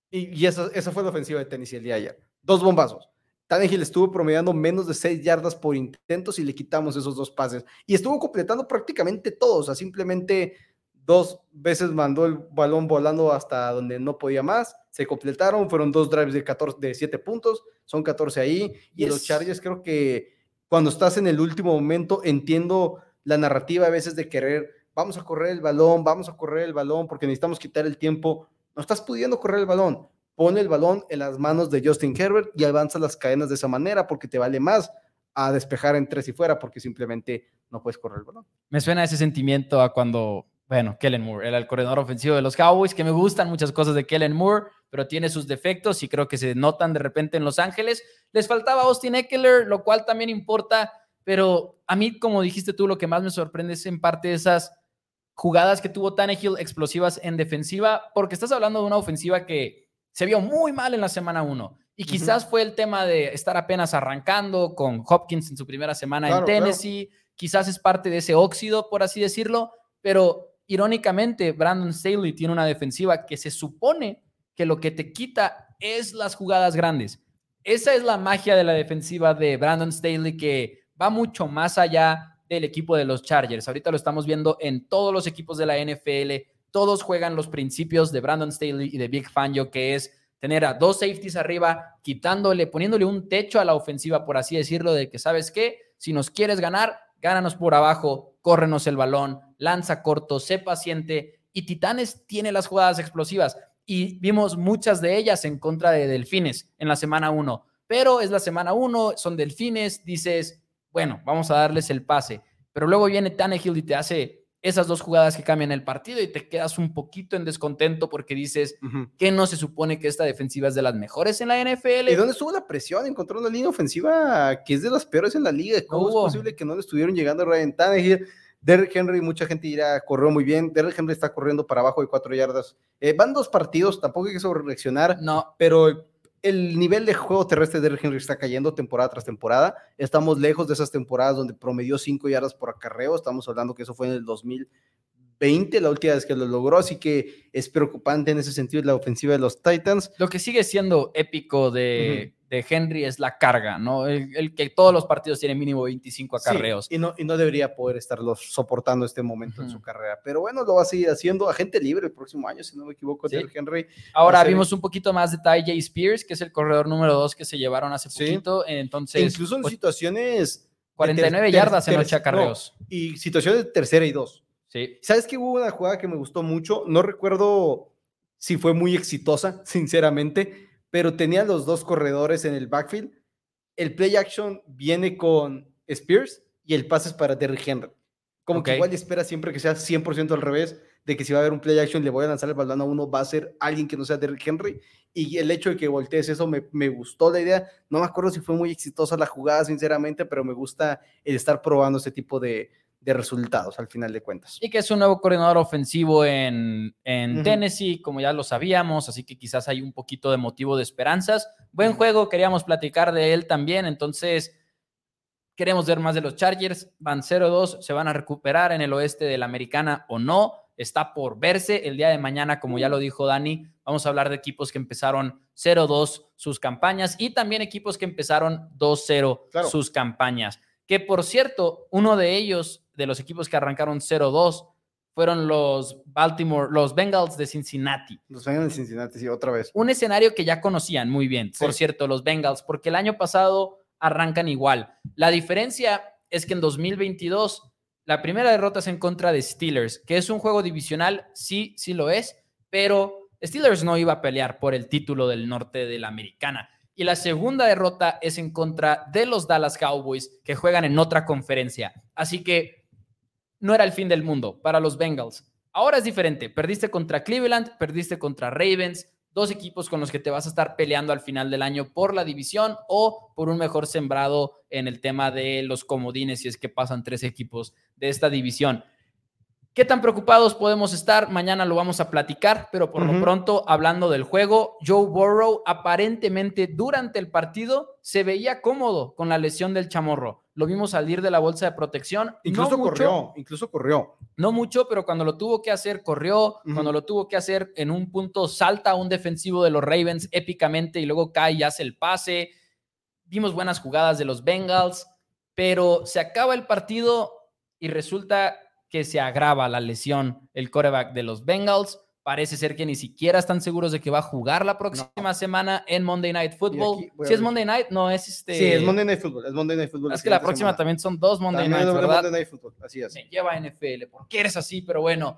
Y esa fue la ofensiva de Tennessee el día de ayer. 2 bombazos. Tannehill estuvo promediando menos de 6 yardas por intentos y le quitamos esos 2 pases. Y estuvo completando prácticamente todos. O sea, simplemente 2 veces mandó el balón volando hasta donde no podía más. Se completaron. Fueron 2 drives de 7 puntos. Son 14 ahí. Y los Chargers, creo que cuando estás en el último momento, entiendo la narrativa a veces de querer, vamos a correr el balón, porque necesitamos quitar el tiempo. No estás pudiendo correr el balón. Pon el balón en las manos de Justin Herbert y avanza las cadenas de esa manera, porque te vale más a despejar en 3 y fuera, porque simplemente no puedes correr el balón. Me suena ese sentimiento a cuando, Kellen Moore era el corredor ofensivo de los Cowboys, que me gustan muchas cosas de Kellen Moore, pero tiene sus defectos y creo que se notan de repente en Los Ángeles. Les faltaba Austin Ekeler, lo cual también importa, pero a mí, como dijiste tú, lo que más me sorprende es en parte esas jugadas que tuvo Tannehill explosivas en defensiva, porque estás hablando de una ofensiva que se vio muy mal en la semana 1 y quizás fue el tema de estar apenas arrancando con Hopkins en su primera semana en Tennessee, quizás es parte de ese óxido, por así decirlo, pero irónicamente Brandon Staley tiene una defensiva que se supone que lo que te quita es las jugadas grandes. Esa es la magia de la defensiva de Brandon Staley, que va mucho más allá del equipo de los Chargers. Ahorita lo estamos viendo en todos los equipos de la NFL. Todos juegan los principios de Brandon Staley y de Vic Fangio, que es tener a 2 safeties arriba, poniéndole un techo a la ofensiva, por así decirlo, de que, ¿sabes qué? Si nos quieres ganar, gánanos por abajo, córrenos el balón, lanza corto, sé paciente. Y Titanes tiene las jugadas explosivas. Y vimos muchas de ellas en contra de Delfines en la semana 1. Pero es la semana 1, son Delfines, dices, bueno, vamos a darles el pase. Pero luego viene Tannehill y te hace esas 2 jugadas que cambian el partido y te quedas un poquito en descontento porque dices que no se supone que esta defensiva es de las mejores en la NFL. ¿Y dónde estuvo la presión? Encontró una línea ofensiva que es de las peores en la liga. ¿Cómo es posible que no le estuvieron llegando a Ryan Tannehill? Derrick Henry, mucha gente dirá, corrió muy bien. Derrick Henry está corriendo para abajo de 4 yardas. Van 2 partidos, tampoco hay que sobrereaccionar. No, pero el nivel de juego terrestre de Derrick Henry está cayendo temporada tras temporada. Estamos lejos de esas temporadas donde promedió 5 yardas por acarreo. Estamos hablando que eso fue en el 2020, la última vez que lo logró, así que es preocupante en ese sentido la ofensiva de los Titans. Lo que sigue siendo épico de Henry es la carga, ¿no? El que todos los partidos tienen mínimo 25 acarreos. Sí, y no debería poder estarlos soportando este momento en su carrera. Pero bueno, lo va a seguir haciendo agente libre el próximo año, si no me equivoco, sí. Henry. Ahora vimos un poquito más de Tyjae Spears, que es el corredor número 2 que se llevaron hace poquito. Entonces, incluso en situaciones 49 yardas en 8 acarreos. No, y situaciones de 3ª y 2. Sí. ¿Sabes que hubo una jugada que me gustó mucho? No recuerdo si fue muy exitosa, sinceramente, pero tenía los 2 corredores en el backfield. El play action viene con Spears y el pase es para Derrick Henry. Como que igual espera siempre que sea 100% al revés, de que si va a haber un play action le voy a lanzar el balón a uno, va a ser alguien que no sea Derrick Henry. Y el hecho de que voltees eso me gustó la idea. No me acuerdo si fue muy exitosa la jugada, sinceramente, pero me gusta el estar probando este tipo de resultados al final de cuentas. Y que es un nuevo coordinador ofensivo en Tennessee, como ya lo sabíamos, así que quizás hay un poquito de motivo de esperanzas. Buen juego, queríamos platicar de él también, entonces queremos ver más de los Chargers. Van 0-2, ¿se van a recuperar en el oeste de la Americana o no? Está por verse el día de mañana, como ya lo dijo Dani. Vamos a hablar de equipos que empezaron 0-2 sus campañas y también equipos que empezaron 2-0 sus campañas. Que, por cierto, uno de ellos, de los equipos que arrancaron 0-2, fueron los Bengals de Cincinnati. Los Bengals de Cincinnati, sí, otra vez. Un escenario que ya conocían muy bien, por cierto, los Bengals, porque el año pasado arrancan igual. La diferencia es que en 2022 la primera derrota es en contra de Steelers, que es un juego divisional, sí lo es, pero Steelers no iba a pelear por el título del norte de la Americana. Y la segunda derrota es en contra de los Dallas Cowboys, que juegan en otra conferencia. Así que no era el fin del mundo para los Bengals. Ahora es diferente. Perdiste contra Cleveland, perdiste contra Ravens, dos equipos con los que te vas a estar peleando al final del año por la división o por un mejor sembrado en el tema de los comodines, si es que pasan 3 equipos de esta división. ¿Qué tan preocupados podemos estar? Mañana lo vamos a platicar, pero por lo pronto, hablando del juego, Joe Burrow aparentemente durante el partido se veía cómodo con la lesión del chamorro. Lo vimos salir de la bolsa de protección. Incluso corrió. No mucho, pero cuando lo tuvo que hacer, corrió. Cuando lo tuvo que hacer, en un punto salta un defensivo de los Ravens épicamente y luego cae y hace el pase. Vimos buenas jugadas de los Bengals, pero se acaba el partido y resulta que se agrava la lesión el quarterback de los Bengals. Parece ser que ni siquiera están seguros de que va a jugar la próxima semana en Monday Night Football. Si es Monday Night, no es Sí, es Monday Night Football. Es Monday Night Football. Es que la próxima semana también son 2 Monday Night, ¿verdad? Monday Night Football, así es. Me lleva a NFL, porque eres así, pero bueno.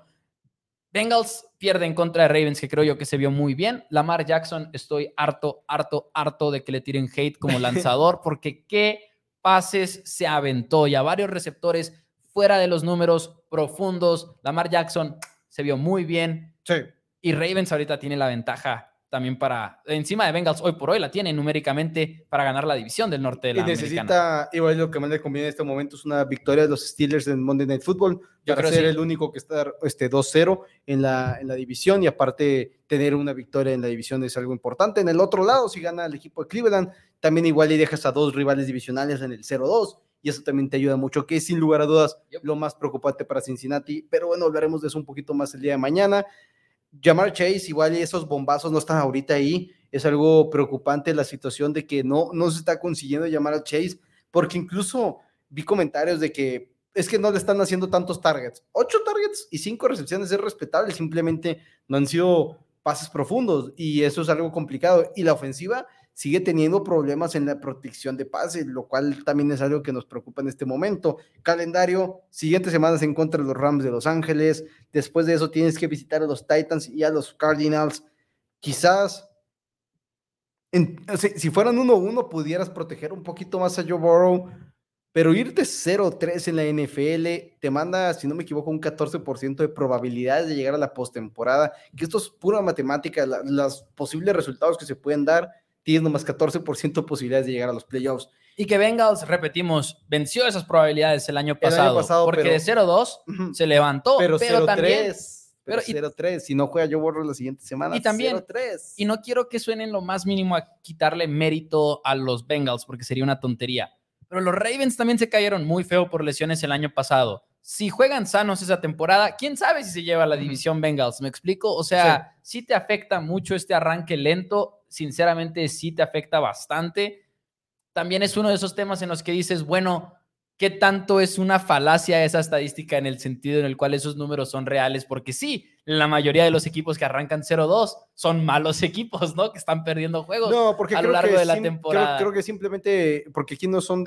Bengals pierde en contra de Ravens, que creo yo que se vio muy bien. Lamar Jackson, estoy harto de que le tiren hate como lanzador, porque qué pases se aventó y a varios receptores fuera de los números profundos. Lamar Jackson se vio muy bien. Sí. Y Ravens ahorita tiene la ventaja también encima de Bengals, hoy por hoy la tiene numéricamente para ganar la división del norte de la americana. Necesita, igual lo que más le conviene en este momento es una victoria de los Steelers en Monday Night Football, para ser el único que está 2-0 en la división, y aparte tener una victoria en la división es algo importante. En el otro lado, si gana el equipo de Cleveland, también igual y dejas a 2 rivales divisionales en el 0-2, y eso también te ayuda mucho, que es sin lugar a dudas lo más preocupante para Cincinnati. Pero bueno, hablaremos de eso un poquito más el día de mañana. Ja'Marr Chase, igual y esos bombazos no están ahorita ahí. Es algo preocupante la situación de que no se está consiguiendo llamar a Chase, porque incluso vi comentarios de que es que no le están haciendo tantos targets. 8 targets y 5 recepciones es respetable, simplemente no han sido pases profundos, y eso es algo complicado. Y la ofensiva sigue teniendo problemas en la protección de pases, lo cual también es algo que nos preocupa en este momento. Calendario, siguientes semanas en contra de los Rams de Los Ángeles, después de eso tienes que visitar a los Titans y a los Cardinals. Quizás, si fueran 1-1, pudieras proteger un poquito más a Joe Burrow, pero irte 0-3 en la NFL te manda, si no me equivoco, un 14% de probabilidades de llegar a la postemporada, que esto es pura matemática. Los posibles resultados que se pueden dar, tienes nomás 14% de posibilidades de llegar a los playoffs. Y que Bengals, repetimos, venció esas probabilidades el año pasado porque de 0-2 se levantó, pero también... Pero 0-3, si no juega Joe Burrow la siguiente semana, y también 0-3. Y no quiero que suenen lo más mínimo a quitarle mérito a los Bengals, porque sería una tontería. Pero los Ravens también se cayeron muy feo por lesiones el año pasado. Si juegan sanos esa temporada, quién sabe si se lleva la división Bengals, ¿me explico? O sea, sí te afecta mucho este arranque lento, sinceramente sí te afecta bastante. También es uno de esos temas en los que dices, bueno, ¿qué tanto es una falacia esa estadística en el sentido en el cual esos números son reales? Porque sí, la mayoría de los equipos que arrancan 0-2 son malos equipos, ¿no? Que están perdiendo juegos a lo largo de la temporada. Creo que simplemente, porque aquí no son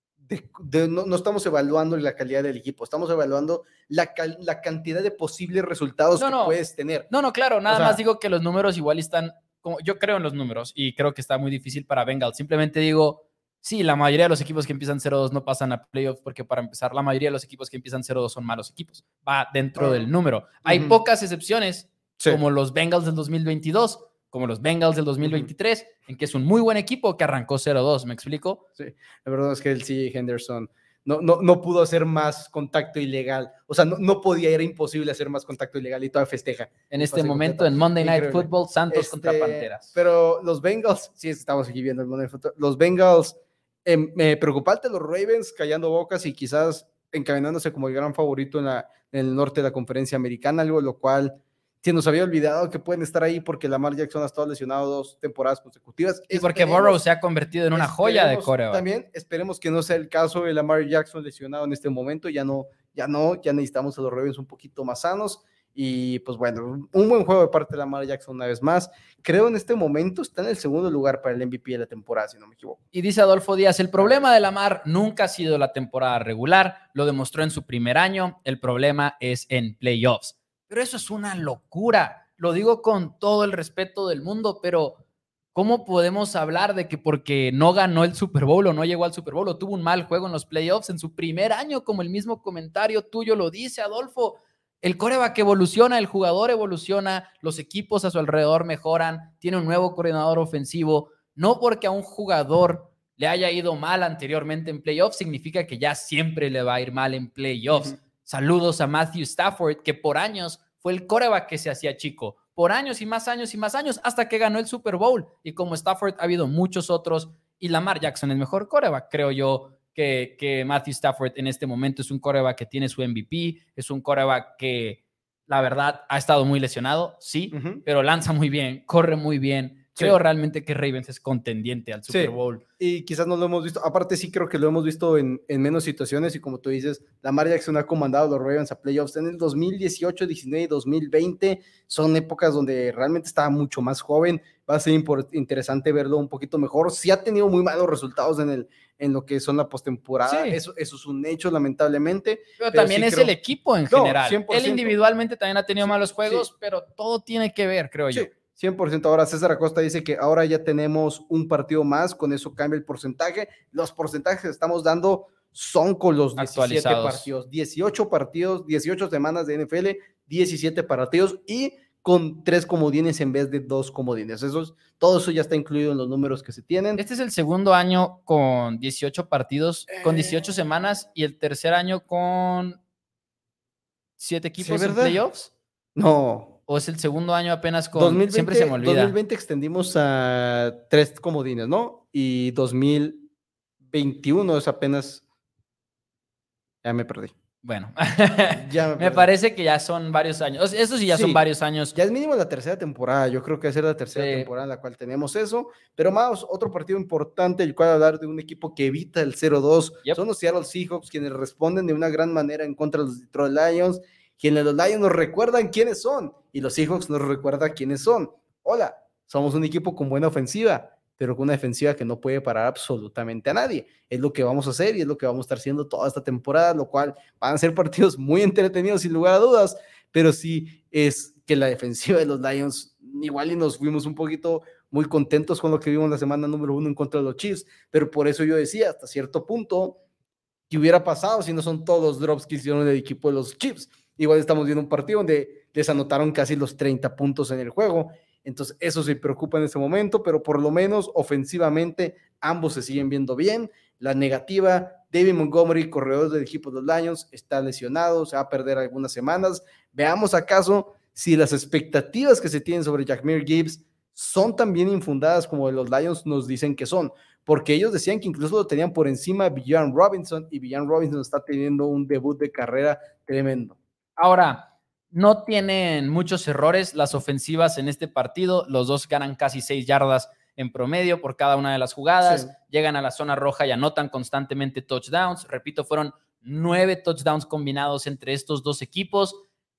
no estamos evaluando la calidad del equipo, estamos evaluando la cantidad de posibles resultados que puedes tener. No, claro, nada más digo que los números igual están, yo creo en los números y creo que está muy difícil para Bengals. Simplemente digo, sí, la mayoría de los equipos que empiezan 0-2 no pasan a playoffs, porque para empezar, la mayoría de los equipos que empiezan 0-2 son malos equipos. Va dentro del número. Hay pocas excepciones, como los Bengals del 2022, como los Bengals del 2023, en que es un muy buen equipo que arrancó 0-2, ¿me explico? Sí, la verdad es que el CJ Henderson no pudo hacer más contacto ilegal. O sea, no podía, era imposible hacer más contacto ilegal y todavía festeja. En este momento en Monday Night Football, Santos contra Panteras. Pero los Bengals, sí, estamos aquí viendo el Monday Night Football. Los Bengals, preocupante los Ravens callando bocas y quizás encaminándose como el gran favorito en el norte de la conferencia americana, algo lo cual se nos había olvidado que pueden estar ahí porque Lamar Jackson ha estado lesionado 2 temporadas consecutivas. Y porque Burrow se ha convertido en una joya de quarterback. También esperemos que no sea el caso de Lamar Jackson lesionado en este momento. Ya necesitamos a los Ravens un poquito más sanos. Y pues bueno, un buen juego de parte de Lamar Jackson una vez más. Creo en este momento está en el segundo lugar para el MVP de la temporada, si no me equivoco. Y dice Adolfo Díaz, el problema de Lamar nunca ha sido la temporada regular, lo demostró en su primer año, el problema es en playoffs. Pero eso es una locura, lo digo con todo el respeto del mundo, pero ¿cómo podemos hablar de que porque no ganó el Super Bowl o no llegó al Super Bowl o tuvo un mal juego en los playoffs en su primer año, como el mismo comentario tuyo lo dice, Adolfo? El quarterback evoluciona, el jugador evoluciona, los equipos a su alrededor mejoran, tiene un nuevo coordinador ofensivo. No porque a un jugador le haya ido mal anteriormente en playoffs, significa que ya siempre le va a ir mal en playoffs. Saludos a Matthew Stafford, que por años fue el quarterback que se hacía chico, por años y más años y más años, hasta que ganó el Super Bowl. Y como Stafford ha habido muchos otros, y Lamar Jackson es mejor quarterback, creo yo, que Matthew Stafford en este momento. Es un quarterback que tiene su MVP, es un quarterback que la verdad ha estado muy lesionado, sí, pero lanza muy bien, corre muy bien. Creo realmente que Ravens es contendiente al Super Bowl. Y quizás no lo hemos visto, aparte sí creo que lo hemos visto en menos situaciones, y como tú dices, Lamar Jackson ha comandado a los Ravens a playoffs en el 2018, 19 y 2020, son épocas donde realmente estaba mucho más joven. Va a ser interesante verlo un poquito mejor. Sí ha tenido muy malos resultados en lo que son la postemporada, eso es un hecho lamentablemente. Pero también sí es el equipo en general. 100%. Él individualmente también ha tenido malos juegos, pero todo tiene que ver, creo yo. 100%. Ahora César Acosta dice que ahora ya tenemos un partido más, con eso cambia el porcentaje. Los porcentajes que estamos dando son con los 17 partidos, 18 partidos, 18 semanas de NFL, 17 partidos y con 3 comodines en vez de 2 comodines. Todo eso ya está incluido en los números que se tienen. Este es el segundo año con 18 partidos, con 18 semanas, y el tercer año con 7 equipos en playoffs. No. ¿O es el segundo año apenas con...? 2020, siempre se me olvida. 2020 extendimos a 3 comodines, ¿no? Y 2021 es apenas... Ya me perdí. Bueno, me parece que ya son varios años. Eso sí, son varios años. Ya es mínimo la tercera temporada. Yo creo que va a ser la tercera temporada en la cual tenemos eso. Pero más, otro partido importante, el cual hablar de un equipo que evita el 0-2. Son los Seattle Seahawks, quienes responden de una gran manera en contra de los Detroit Lions. Quienes los Lions nos recuerdan quiénes son y los Seahawks nos recuerdan quiénes son. Hola, somos un equipo con buena ofensiva, pero con una defensiva que no puede parar absolutamente a nadie. Es lo que vamos a hacer y es lo que vamos a estar haciendo toda esta temporada, lo cual van a ser partidos muy entretenidos sin lugar a dudas, pero sí es que la defensiva de los Lions, igual y nos fuimos un poquito muy contentos con lo que vimos la semana número 1 en contra de los Chiefs, pero por eso yo decía, hasta cierto punto, ¿qué hubiera pasado si no son todos los drops que hicieron el equipo de los Chiefs? Igual estamos viendo un partido donde les anotaron casi los 30 puntos en el juego. Entonces eso se preocupa en este momento, pero por lo menos ofensivamente ambos se siguen viendo bien. La negativa, David Montgomery, corredor del equipo de los Lions, está lesionado, se va a perder algunas semanas. Veamos acaso si las expectativas que se tienen sobre Jahmyr Gibbs son tan bien infundadas como los Lions nos dicen que son, porque ellos decían que incluso lo tenían por encima de Bijan Robinson, y Bijan Robinson está teniendo un debut de carrera tremendo. Ahora, no tienen muchos errores las ofensivas en este partido. Los dos ganan casi 6 yardas en promedio por cada una de las jugadas. Llegan a la zona roja y anotan constantemente touchdowns. Repito, fueron 9 touchdowns combinados entre estos dos equipos.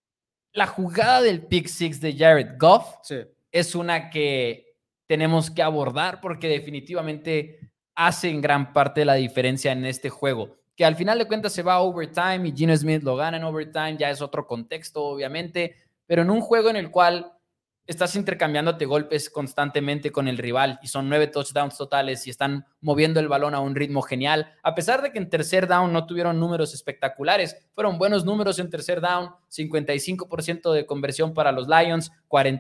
La jugada del pick six de Jared Goff es una que tenemos que abordar porque definitivamente hace en gran parte la diferencia en este juego. Que al final de cuentas se va a overtime y Geno Smith lo gana en overtime, ya es otro contexto, obviamente, pero en un juego en el cual estás intercambiándote golpes constantemente con el rival y son 9 touchdowns totales y están moviendo el balón a un ritmo genial, a pesar de que en tercer down no tuvieron números espectaculares, fueron buenos números en tercer down, 55% de conversión para los Lions,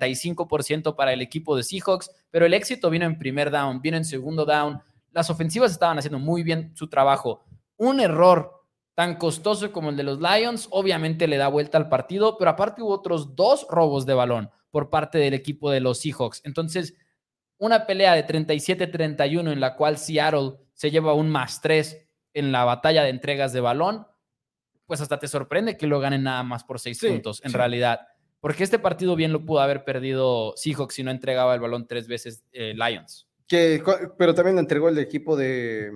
45% para el equipo de Seahawks, pero el éxito vino en primer down, vino en segundo down, las ofensivas estaban haciendo muy bien su trabajo. Un error tan costoso como el de los Lions, obviamente le da vuelta al partido, pero aparte hubo otros 2 robos de balón por parte del equipo de los Seahawks. Entonces, una pelea de 37-31 en la cual Seattle se lleva un +3 en la batalla de entregas de balón, pues hasta te sorprende que lo ganen nada más por 6 puntos, en realidad. Porque este partido bien lo pudo haber perdido Seahawks si no entregaba el balón 3 veces Lions. Pero también lo entregó el equipo de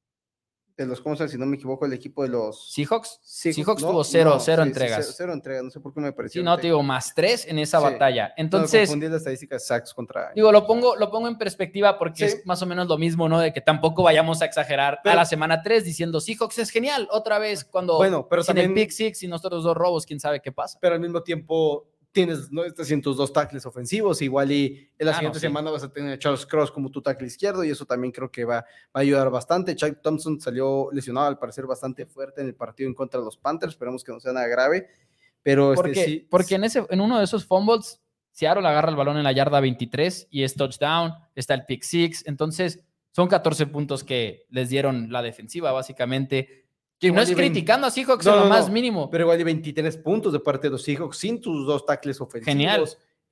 los, ¿cómo se llama? Si no me equivoco, el equipo de los Seahawks. Seahawks tuvo 0 entregas. 0 entregas, no sé por qué me pareció. Sí, no, te digo, +3 en esa batalla. Entonces, no, confundí la estadística de sacks contra... Digo, lo pongo en perspectiva porque es más o menos lo mismo, ¿no? De que tampoco vayamos a exagerar a la semana 3 diciendo Seahawks es genial, otra vez cuando pero sin también, el pick six y nosotros 2 robos, quién sabe qué pasa. Pero al mismo tiempo tienes 902 tackles ofensivos, igual y en la siguiente semana vas a tener a Charles Cross como tu tackle izquierdo, y eso también creo que va a ayudar bastante. Chuck Thompson salió lesionado al parecer bastante fuerte en el partido en contra de los Panthers, esperemos que no sea nada grave, Pero porque en uno de esos fumbles, Seattle agarra el balón en la yarda 23 y es touchdown, está el pick six, entonces son 14 puntos que les dieron la defensiva, básicamente. Que no es criticando a Seahawks en lo más mínimo. Pero igual de 23 puntos de parte de los Seahawks sin tus 2 tackles ofensivos. Genial.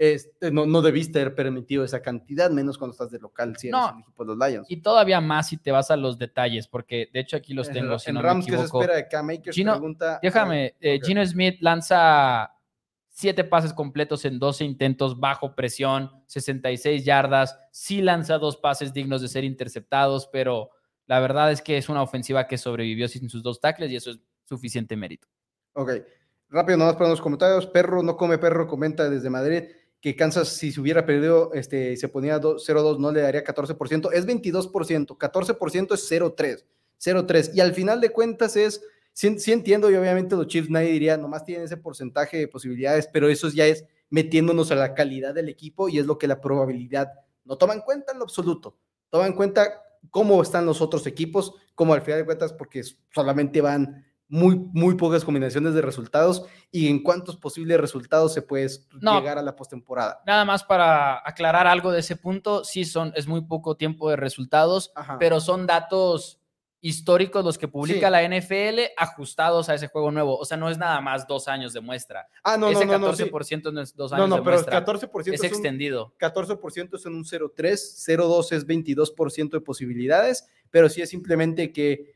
No debiste haber permitido esa cantidad, menos cuando estás de local, si eres el equipo de los Lions. Y todavía más si te vas a los detalles, porque de hecho aquí los tengo, si no Rams, me equivoco. ¿qué se espera de Cam Akers? Pregunta. Déjame, okay. Geno Smith lanza 7 pases completos en 12 intentos bajo presión, 66 yardas, sí lanza 2 pases dignos de ser interceptados, pero la verdad es que es una ofensiva que sobrevivió sin sus 2 tackles y eso es suficiente mérito. Ok, rápido nomás para los comentarios. Perro no come perro comenta desde Madrid que Kansas, si se hubiera perdido, se ponía 0-2, no le daría 14%, es 22%, 14% es 0-3, y al final de cuentas sí entiendo, y obviamente los Chiefs nadie diría, nomás tienen ese porcentaje de posibilidades, pero eso ya es metiéndonos a la calidad del equipo, y es lo que la probabilidad no toma en cuenta en lo absoluto, toma en cuenta cómo están los otros equipos, como al final de cuentas, porque solamente van muy pocas combinaciones de resultados y en cuántos posibles resultados se puede llegar a la postemporada. Nada más para aclarar algo de ese punto, sí es muy poco tiempo de resultados, pero son datos históricos los que publica la NFL ajustados a ese juego nuevo. O sea, no es nada más 2 años de muestra. Ese 14% no es 2 años de muestra. Pero 14% es extendido. 14% es en un 0.3, 0.2 es 22% de posibilidades, pero sí es simplemente que,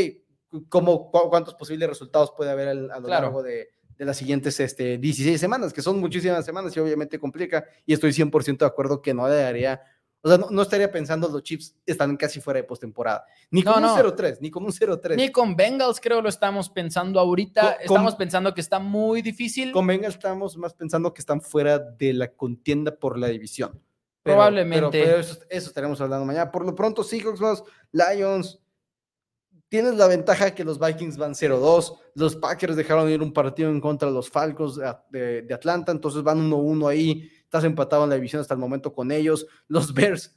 ¿cuántos posibles resultados puede haber a lo largo de las siguientes 16 semanas? Que son muchísimas semanas y obviamente complica, y estoy 100% de acuerdo que no le daría, o sea, no estaría pensando los Chiefs están casi fuera de postemporada, ni con un 0-3, ni con un 0-3. Ni con Bengals creo lo estamos pensando ahorita, estamos pensando que está muy difícil. Con Bengals estamos más pensando que están fuera de la contienda por la división. Probablemente. Pero eso estaremos hablando mañana. Por lo pronto, Seahawks, Lions. Tienes la ventaja que los Vikings van 0-2, los Packers dejaron ir un partido en contra de los Falcons de Atlanta, entonces van 1-1 ahí, estás empatado en la división hasta el momento con ellos. Los Bears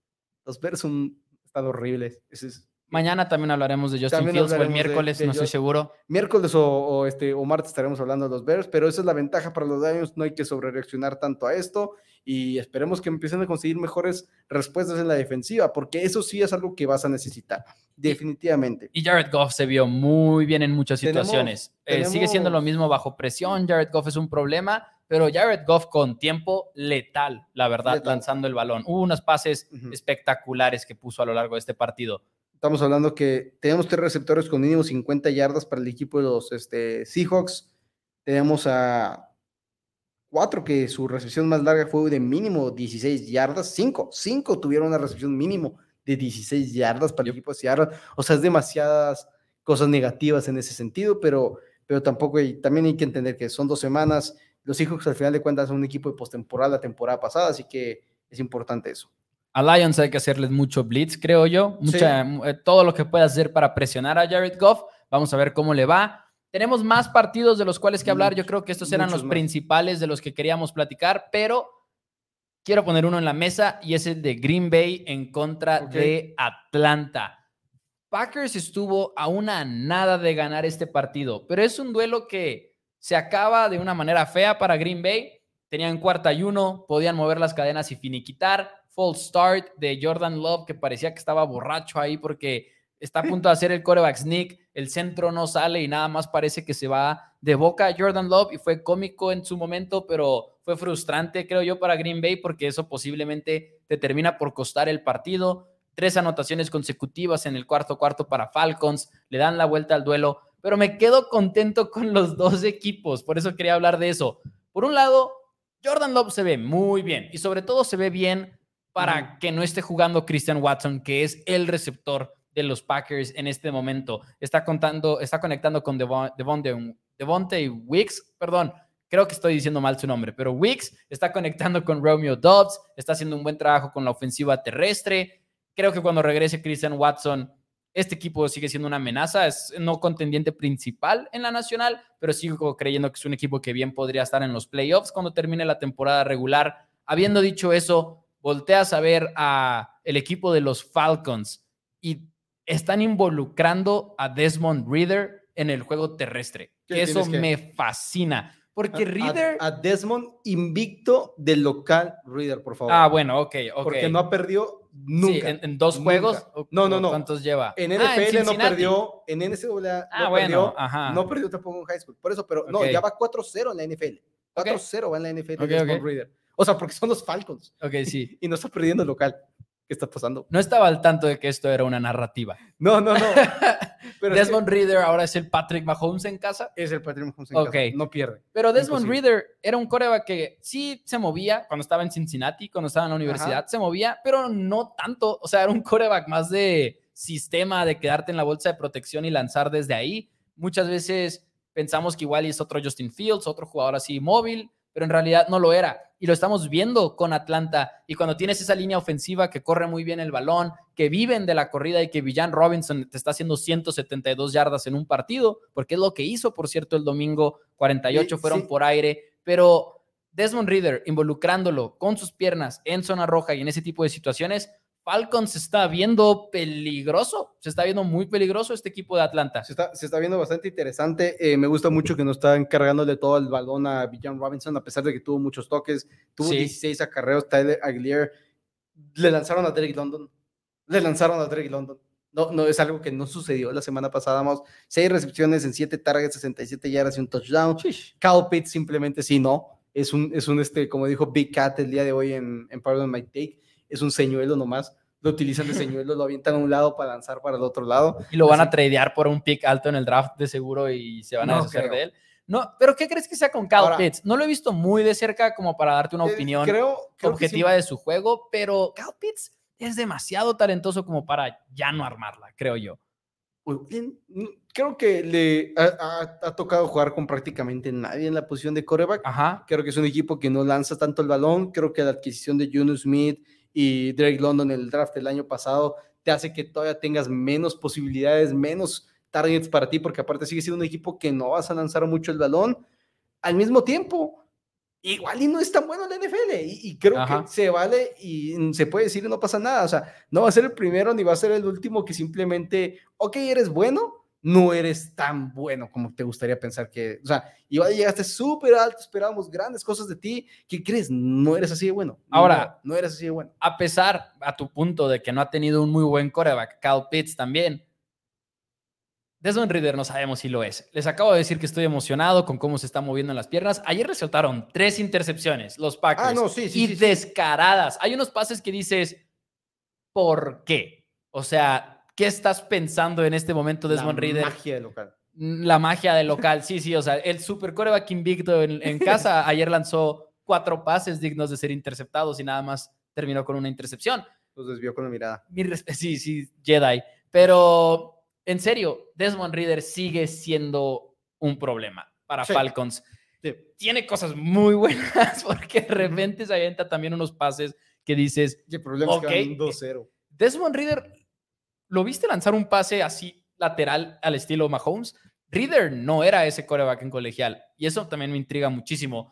están horribles. Mañana también hablaremos de Justin Fields, o el miércoles, no estoy seguro. Miércoles o martes estaremos hablando de los Bears, pero esa es la ventaja para los Lions, no hay que sobrereaccionar tanto a esto, y esperemos que empiecen a conseguir mejores respuestas en la defensiva, porque eso sí es algo que vas a necesitar, definitivamente. Y Jared Goff se vio muy bien en muchas situaciones. Sigue siendo lo mismo bajo presión, Jared Goff es un problema, pero Jared Goff con tiempo letal, la verdad, lanzando el balón. Hubo unos pases espectaculares que puso a lo largo de este partido. Estamos hablando que tenemos 3 receptores con mínimo 50 yardas para el equipo de los Seahawks. Tenemos a 4 que su recepción más larga fue de mínimo 16 yardas. 5 tuvieron una recepción mínimo de 16 yardas para el equipo de Seattle. O sea, es demasiadas cosas negativas en ese sentido, pero tampoco también hay que entender que son 2 semanas. Los Seahawks al final de cuentas son un equipo de postemporada la temporada pasada, así que es importante eso. A Lions hay que hacerles mucho blitz, creo yo. Todo lo que pueda hacer para presionar a Jared Goff. Vamos a ver cómo le va. Tenemos más partidos de los cuales que hablar. Yo creo que estos eran los principales de los que queríamos platicar, pero quiero poner uno en la mesa y es el de Green Bay en contra de Atlanta. Packers estuvo a una nada de ganar este partido, pero es un duelo que se acaba de una manera fea para Green Bay. Tenían 4th y 1, podían mover las cadenas y finiquitar. False start de Jordan Love, que parecía que estaba borracho ahí porque está a punto de hacer el quarterback sneak, el centro no sale y nada más parece que se va de boca a Jordan Love, y fue cómico en su momento, pero fue frustrante, creo yo, para Green Bay, porque eso posiblemente te termina por costar el partido. 3 anotaciones consecutivas en el cuarto para Falcons, le dan la vuelta al duelo, pero me quedo contento con los 2 equipos, por eso quería hablar de eso. Por un lado, Jordan Love se ve muy bien, y sobre todo se ve bien para que no esté jugando Christian Watson, que es el receptor de los Packers en este momento. Está conectando con Devontae Wicks, perdón, creo que estoy diciendo mal su nombre, pero Wicks está conectando con Romeo Doubs, está haciendo un buen trabajo con la ofensiva terrestre. Creo que cuando regrese Christian Watson, este equipo sigue siendo una amenaza, es no contendiente principal en la nacional, pero sigo creyendo que es un equipo que bien podría estar en los playoffs cuando termine la temporada regular. Habiendo dicho eso, volteas a ver a el equipo de los Falcons y están involucrando a Desmond Ridder en el juego terrestre. Eso me fascina, Porque Reader... A Desmond invicto del local Reader, por favor. Bueno, ok. Porque no ha perdido nunca. Sí, en 2 juegos. No. ¿Cuántos lleva? En NFL en no perdió, en NCAA no bueno, perdió, no perdió tampoco en high school. Por eso, pero no, ya va 4-0 en la NFL. 4-0 va en la NFL Desmond Reader. O sea, porque son los Falcons. Ok, sí. Y no está perdiendo el local. ¿Qué está pasando? No estaba al tanto de que esto era una narrativa. No. Pero Desmond Reader ahora es el Patrick Mahomes en casa. Es el Patrick Mahomes en casa. No pierde. Pero Desmond Reader era un quarterback que sí se movía cuando estaba en Cincinnati, cuando estaba en la universidad, se movía, pero no tanto. O sea, era un quarterback más de sistema, de quedarte en la bolsa de protección y lanzar desde ahí. Muchas veces pensamos que igual es otro Justin Fields, otro jugador así móvil, pero en realidad no lo era. Y lo estamos viendo con Atlanta. Y cuando tienes esa línea ofensiva que corre muy bien el balón, que viven de la corrida y que Villan Robinson te está haciendo 172 yardas en un partido, porque es lo que hizo, por cierto, el domingo, 48 fueron por aire, pero Desmond Reader involucrándolo con sus piernas en zona roja y en ese tipo de situaciones, Falcons se está viendo peligroso, se está viendo muy peligroso este equipo de Atlanta. Se está viendo bastante interesante. Me gusta mucho que no está encargándole todo el balón a Villan Robinson, a pesar de que tuvo muchos toques, tuvo 16 acarreos. Tyler Aguilar, le lanzaron a Drake London. No, es algo que no sucedió la semana pasada. 6 recepciones en 7 targets, 67 yardas y un touchdown. Kyle Pitts simplemente sí, no. Es un como dijo Big Cat el día de hoy en Pardon My Take, es un señuelo nomás. Lo utilizan de señuelo, lo avientan a un lado para lanzar para el otro lado. Y lo van a tradear por un pick alto en el draft de seguro y se van a deshacer de él. No, pero ¿qué crees que sea con Kyle Pitts? No lo he visto muy de cerca como para darte una opinión objetiva de su juego, pero Kyle Pitts es demasiado talentoso como para ya no armarla, creo yo. Creo que le ha tocado jugar con prácticamente nadie en la posición de quarterback. Creo que es un equipo que no lanza tanto el balón. Creo que la adquisición de Juno Smith y Drake London en el draft del año pasado te hace que todavía tengas menos posibilidades, menos targets para ti, porque aparte sigue siendo un equipo que no vas a lanzar mucho el balón. Al mismo tiempo, igual y no es tan bueno en la NFL, y creo que se vale y se puede decir y no pasa nada. O sea, no va a ser el primero ni va a ser el último que simplemente, ok, eres bueno, no eres tan bueno como te gustaría pensar que, o sea, igual llegaste súper alto, esperábamos grandes cosas de ti. ¿Qué crees? No eres así de bueno. Ahora, no eres así de bueno. A pesar, a tu punto de que no ha tenido un muy buen quarterback, Kyle Pitts también, Desmond Reader no sabemos si lo es. Les acabo de decir que estoy emocionado con cómo se está moviendo en las piernas. Ayer resultaron 3 intercepciones los Packers descaradas. Hay unos pases que dices, ¿por qué? O sea, ¿qué estás pensando en este momento, Desmond Reader? La magia del local. La magia del local, sí. O sea, el super quarterback invicto en casa ayer lanzó 4 pases dignos de ser interceptados y nada más terminó con una intercepción. Los desvió con la mirada. Sí, Jedi. Pero, en serio, Desmond Reader sigue siendo un problema para Falcons. Sí. Tiene cosas muy buenas porque de repente se avienta también unos pases que dices, el problema es que van 2-0. Desmond Reader, ¿lo viste lanzar un pase así lateral al estilo Mahomes? Reader no era ese quarterback en colegial y eso también me intriga muchísimo.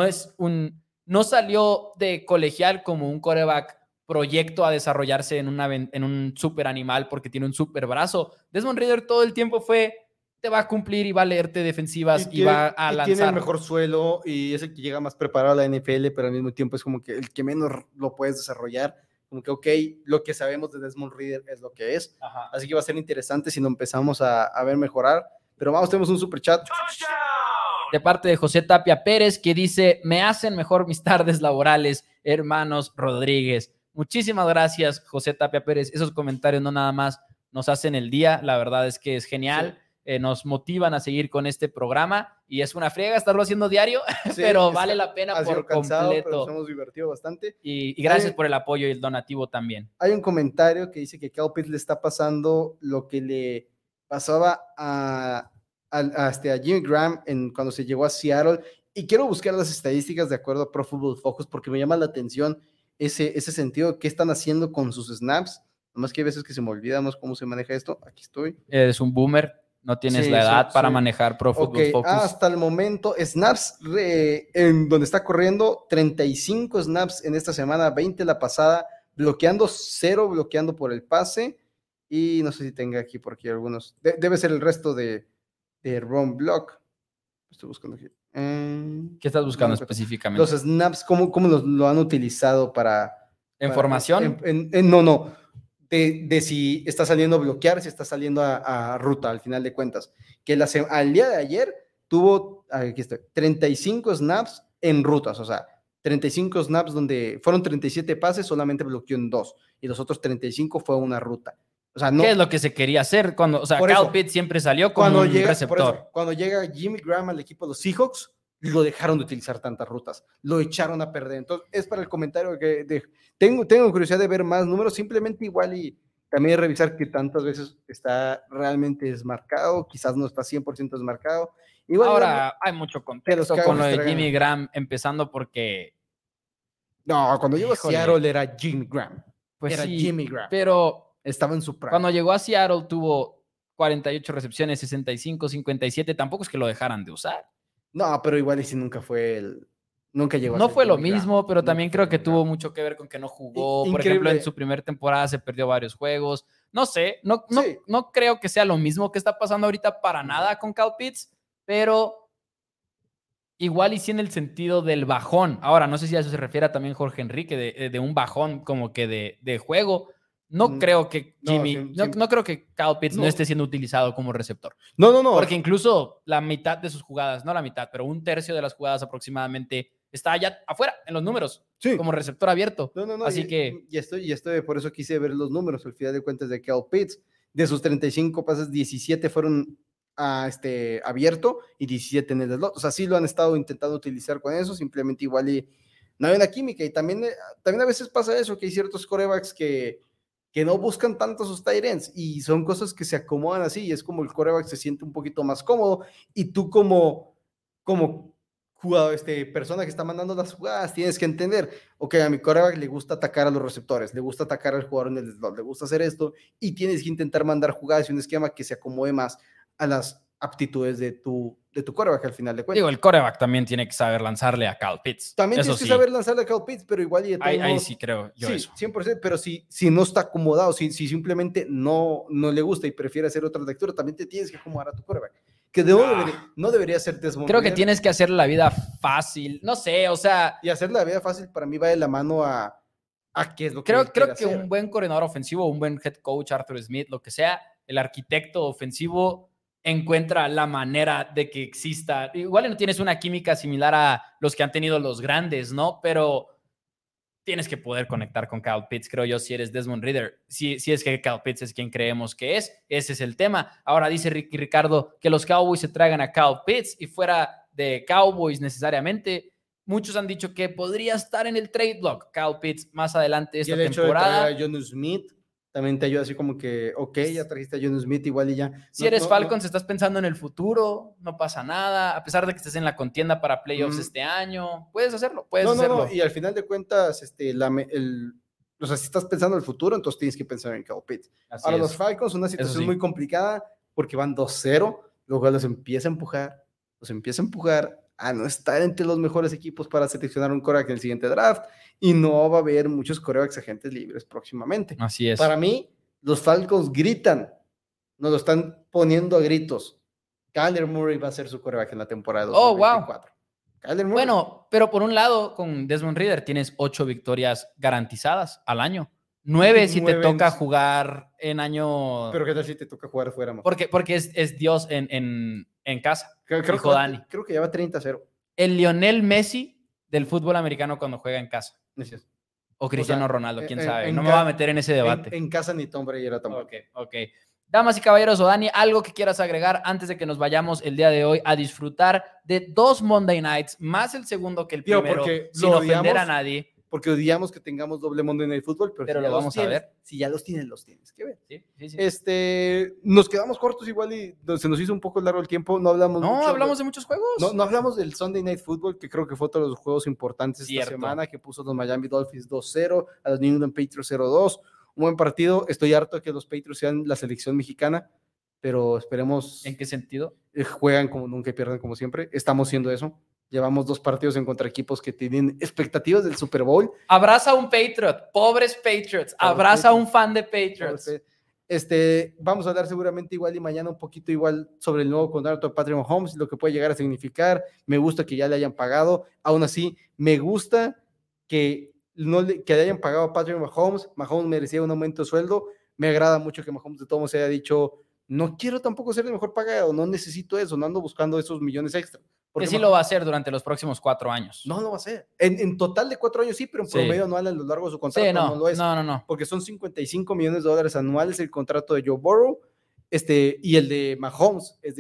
No salió de colegial como un quarterback proyecto a desarrollarse en un super animal porque tiene un super brazo. Desmond Reader todo el tiempo te va a cumplir y va a leerte defensivas y va a lanzar. Tiene el mejor suelo y es el que llega más preparado a la NFL, pero al mismo tiempo es como que el que menos lo puedes desarrollar. Como que, ok, lo que sabemos de Desmond Reader es lo que es. Así que va a ser interesante si lo empezamos a ver mejorar. Pero vamos, tenemos un super chat. De parte de José Tapia Pérez, que dice, me hacen mejor mis tardes laborales, hermanos Rodríguez. Muchísimas gracias, José Tapia Pérez. Esos comentarios no nada más nos hacen el día. La verdad es que es genial. Sí. Nos motivan a seguir con este programa y es una friega estarlo haciendo diario, pero vale la pena por completo. Pero nos hemos divertido bastante. Y gracias por el apoyo y el donativo también. Hay un comentario que dice que Kyle Pitts le está pasando lo que le pasaba a Jimmy Graham cuando se llegó a Seattle. Y quiero buscar las estadísticas de acuerdo a Pro Football Focus porque me llama la atención ese sentido, qué están haciendo con sus snaps. Nomás que hay veces que se me olvidamos cómo se maneja esto. Aquí estoy. Eres un boomer. No tienes la edad para manejar Pro Football Focus. Hasta el momento, snaps en donde está corriendo, 35 snaps en esta semana, 20 la pasada, bloqueando 0, bloqueando por el pase, y no sé si tenga por aquí algunos. Debe ser el resto de run block. Estoy buscando aquí. ¿Qué estás buscando específicamente? Los snaps, ¿cómo lo han utilizado para... ¿En formación? No. De si está saliendo a bloquear, si está saliendo a ruta, al final de cuentas. Que al día de ayer tuvo, aquí estoy, 35 snaps en rutas, o sea, 35 snaps donde fueron 37 pases, solamente bloqueó en 2, y los otros 35 fue una ruta. O sea, no, ¿qué es lo que se quería hacer? Kyle Pitts siempre salió como un receptor. Cuando llega Jimmy Graham al equipo de los Seahawks, lo dejaron de utilizar tantas rutas, lo echaron a perder. Entonces, es para el comentario que tengo curiosidad de ver más números, simplemente igual y también revisar qué tantas veces está realmente desmarcado, quizás no está 100% desmarcado. Igual, ahora hay mucho contexto con lo de Jimmy Graham, empezando porque... No, cuando llegó a Seattle era Jimmy Graham. Pues era sí, Jimmy Graham. Pero estaba en su prime. Cuando llegó a Seattle tuvo 48 recepciones, 65, 57, tampoco es que lo dejaran de usar. No, pero igual y si nunca llegó a No ser fue lo Jimmy mismo, Graham. pero también creo que tuvo mucho que ver con que no jugó. Por ejemplo, en su primera temporada se perdió varios juegos. No sé, no creo que sea lo mismo que está pasando ahorita para nada con Kyle Pitts, pero igual y sí en el sentido del bajón. Ahora, no sé si a eso se refiere también Jorge Enrique, de un bajón como que de juego. No creo que no creo que Kyle Pitts no esté siendo utilizado como receptor. No. Porque incluso la mitad de sus jugadas, no la mitad, pero un tercio de las jugadas aproximadamente está allá afuera en los números, como receptor abierto. Así que... Y estoy, por eso quise ver los números, al final de cuentas, de Kyle Pitts. De sus 35 pases, 17 fueron abierto y 17 en el slot. O sea, sí lo han estado intentando utilizar con eso, simplemente igual y no hay una química. Y también a veces pasa eso, que hay ciertos quarterbacks que no buscan tanto sus tight ends y son cosas que se acomodan así y es como el quarterback se siente un poquito más cómodo y tú como jugador, persona que está mandando las jugadas, tienes que entender, ok, a mi quarterback le gusta atacar a los receptores, le gusta atacar al jugador en el slot, le gusta hacer esto y tienes que intentar mandar jugadas y un esquema que se acomode más a las aptitudes de tu quarterback al final de cuentas. Digo, el quarterback también tiene que saber lanzarle a Kyle Pitts. También tienes que saber lanzarle a Kyle Pitts, pero igual... Ahí sí creo yo eso. 100%, pero si no está acomodado, si simplemente no le gusta y prefiere hacer otra lectura, también te tienes que acomodar a tu quarterback. Que no debería ser Desmond Creo Ridder. Que tienes que hacerle la vida fácil. No sé, o sea... Y hacerle la vida fácil para mí va de la mano a qué es lo que creo que un buen coordinador ofensivo, un buen head coach, Arthur Smith, lo que sea, el arquitecto ofensivo encuentra la manera de que exista. Igual no tienes una química similar a los que han tenido los grandes, ¿no? Pero tienes que poder conectar con Kyle Pitts, creo yo, si eres Desmond Ridder. Si es que Kyle Pitts es quien creemos que es, ese es el tema. Ahora dice Ricardo que los Cowboys se traigan a Kyle Pitts y fuera de Cowboys necesariamente, muchos han dicho que podría estar en el trade block Kyle Pitts más adelante esta temporada. Y el hecho de traer a Jonnu Smith también te ayuda así como que, ok, ya trajiste a Jonnu Smith igual y ya. Si eres Falcons, estás pensando en el futuro, no pasa nada, a pesar de que estés en la contienda para playoffs este año, puedes hacerlo, hacerlo. Y al final de cuentas, o sea, si estás pensando en el futuro, entonces tienes que pensar en Kyle Pitts. Ahora los Falcons, una situación muy complicada, porque van 2-0, luego los empieza a empujar a no estar entre los mejores equipos para seleccionar un quarterback en el siguiente draft, y no va a haber muchos quarterbacks agentes libres próximamente. Así es. Para mí, los Falcons gritan, nos lo están poniendo a gritos. Kyler Murray va a ser su quarterback en la temporada 2024. Wow. Bueno, pero por un lado, con Desmond Ridder tienes 8 victorias garantizadas al año. 9 si te toca jugar en año... Pero ¿qué tal si te toca jugar fuera? Porque es Dios en casa. Creo que ya va 30-0. El Lionel Messi del fútbol americano cuando juega en casa. Gracias. O Cristiano Ronaldo, quién sabe. No me voy a meter en ese debate. En casa ni Tom Brady era tan bueno. Ok. Damas y caballeros, o Dani, algo que quieras agregar antes de que nos vayamos el día de hoy a disfrutar de 2 Monday Nights, más el segundo que el primero, sin ofender a nadie. Porque odiamos que tengamos doble Monday Night Football, pero lo vamos a ver. Si ya los tienes que ver. Sí. Nos quedamos cortos igual y se nos hizo un poco largo el tiempo. No hablamos de muchos juegos. No hablamos del Sunday Night Football, que creo que fue otro de los juegos importantes esta semana, que puso los Miami Dolphins 2-0, a los New England Patriots 0-2. Un buen partido. Estoy harto de que los Patriots sean la selección mexicana, pero esperemos. ¿En qué sentido? Juegan como nunca y pierden como siempre. Estamos siendo eso. Llevamos 2 partidos en contra equipos que tienen expectativas del Super Bowl. Abraza a un Patriot, pobres Patriots. Abraza a un fan de Patriots. Vamos a hablar seguramente igual y mañana un poquito igual sobre el nuevo contrato de Patrick Mahomes, lo que puede llegar a significar. Me gusta que ya le hayan pagado. Aún así, me gusta que le hayan pagado a Patrick Mahomes. Mahomes merecía un aumento de sueldo. Me agrada mucho que Mahomes de todos se haya dicho, no quiero tampoco ser el mejor pagado, no necesito eso, no ando buscando esos millones extra. Porque sí lo va a hacer durante los próximos 4 años. No lo va a hacer. En total de 4 años sí, pero en promedio anual a lo largo de su contrato no lo es. No. Porque son $55 millones anuales el contrato de Joe Burrow, y el de Mahomes es de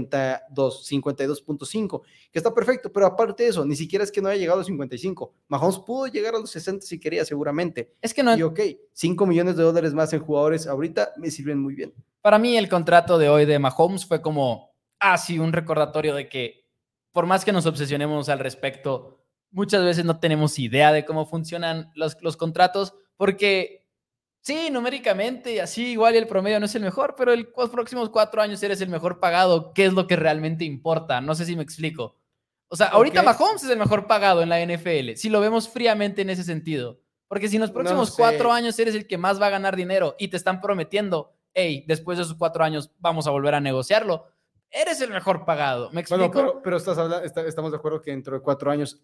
52.5, que está perfecto, pero aparte de eso, ni siquiera es que no haya llegado a los 55. Mahomes pudo llegar a los 60 si quería, seguramente. Es que no. Y ok, $5 millones más en jugadores ahorita me sirven muy bien. Para mí el contrato de hoy de Mahomes fue como, un recordatorio de que por más que nos obsesionemos al respecto, muchas veces no tenemos idea de cómo funcionan los contratos, porque sí, numéricamente y así igual el promedio no es el mejor, pero los próximos 4 años eres el mejor pagado, ¿qué es lo que realmente importa? No sé si me explico. O sea, ahorita Mahomes es el mejor pagado en la NFL, si lo vemos fríamente en ese sentido, porque si en los próximos 4 años eres el que más va a ganar dinero y te están prometiendo, hey, después de esos 4 años vamos a volver a negociarlo, eres el mejor pagado. ¿Me explico? Bueno, pero estamos de acuerdo que dentro de 4 años,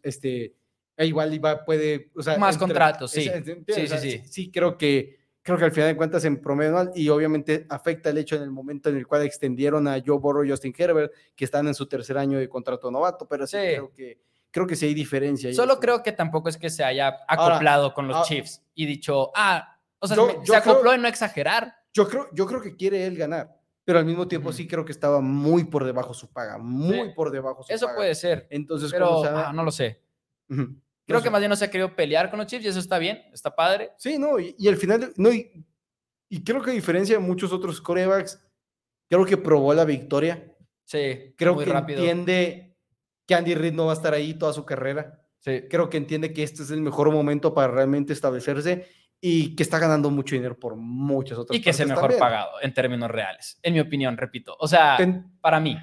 igual puede, o sea, más contratos, sí. Sí, creo que al final de cuentas en promedio anual, y obviamente afecta el hecho en el momento en el cual extendieron a Joe Burrow y Justin Herbert, que están en su tercer año de contrato novato, pero sí. Creo que sí hay diferencia. Solo creo que tampoco es que se haya acoplado con los Chiefs y dicho, se acopló en no exagerar. Yo creo que quiere él ganar, pero al mismo tiempo sí creo que estaba muy por debajo su paga, por debajo su paga. Eso puede ser. Entonces, pero no lo sé. Creo que más bien no se ha querido pelear con los Chiefs y eso está bien, está padre. Sí, no, y al final, y creo que a diferencia de muchos otros quarterbacks, creo que probó la victoria. Sí, creo muy que rápido. Entiende que Andy Reid no va a estar ahí toda su carrera. Sí. Creo que entiende que este es el mejor momento para realmente establecerse y que está ganando mucho dinero por muchas otras cosas. Y que es el mejor pagado en términos reales, en mi opinión, repito. O sea, para mí.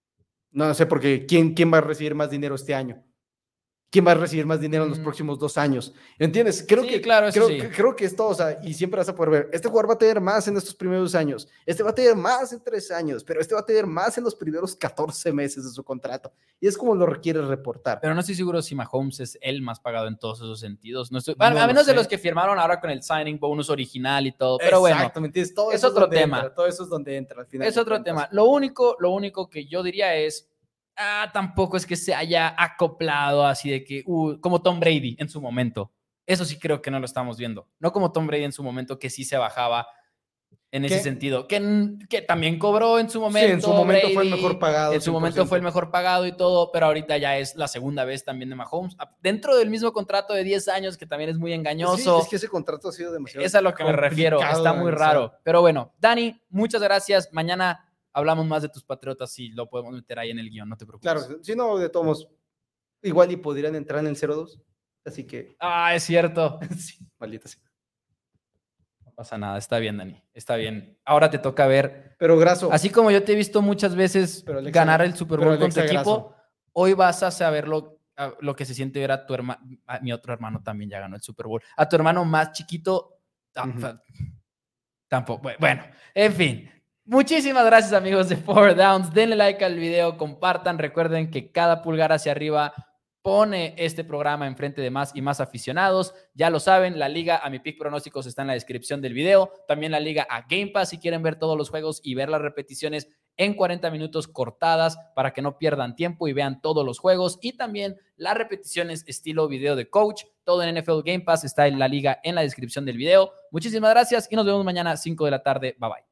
No sé, porque ¿quién va a recibir más dinero este año? ¿Quién va a recibir más dinero en los próximos 2 años? ¿Entiendes? Creo que esto, o sea, y siempre vas a poder ver, este jugador va a tener más en estos primeros años, este va a tener más en 3 años, pero este va a tener más en los primeros 14 meses de su contrato. Y es como lo requiere reportar. Pero no estoy seguro si Mahomes es el más pagado en todos esos sentidos. A menos de los que firmaron ahora con el signing bonus original y todo. Pero exactamente, bueno, es otro tema. Todo eso es donde entra al final. Es otro tema. Lo único que yo diría es, tampoco es que se haya acoplado así de que, como Tom Brady en su momento. Eso sí creo que no lo estamos viendo. No como Tom Brady en su momento, que sí se bajaba en ese sentido. Que también cobró en su momento. Sí, en su momento Brady, fue el mejor pagado. En su 100%. Momento fue el mejor pagado y todo, pero ahorita ya es la segunda vez también de Mahomes. Dentro del mismo contrato de 10 años, que también es muy engañoso. Sí, es que ese contrato ha sido demasiado. Es a lo que me refiero. Está muy raro. Pero bueno, Dani, muchas gracias. Mañana hablamos más de tus Patriotas y lo podemos meter ahí en el guión, no te preocupes. Claro, si no, de todos igual y podrían entrar en el 0-2, así que... es cierto. Sí, maldita sea. No pasa nada, está bien, Dani, está bien. Ahora te toca ver... Pero Graso... Así como yo te he visto muchas veces ganar el Super Bowl con tu equipo, hoy vas a saber lo que se siente ver a tu hermano... Mi otro hermano también ya ganó el Super Bowl. A tu hermano más chiquito... Tampoco. Bueno, en fin... Muchísimas gracias, amigos de 4Downs. Denle like al video, compartan. Recuerden que cada pulgar hacia arriba pone este programa enfrente de más y más aficionados. Ya lo saben, la liga a mi pick pronósticos está en la descripción del video. También la liga a Game Pass si quieren ver todos los juegos y ver las repeticiones en 40 minutos cortadas para que no pierdan tiempo y vean todos los juegos. Y también las repeticiones estilo video de coach. Todo en NFL Game Pass está en la liga en la descripción del video. Muchísimas gracias y nos vemos mañana a 5 de la tarde. Bye bye.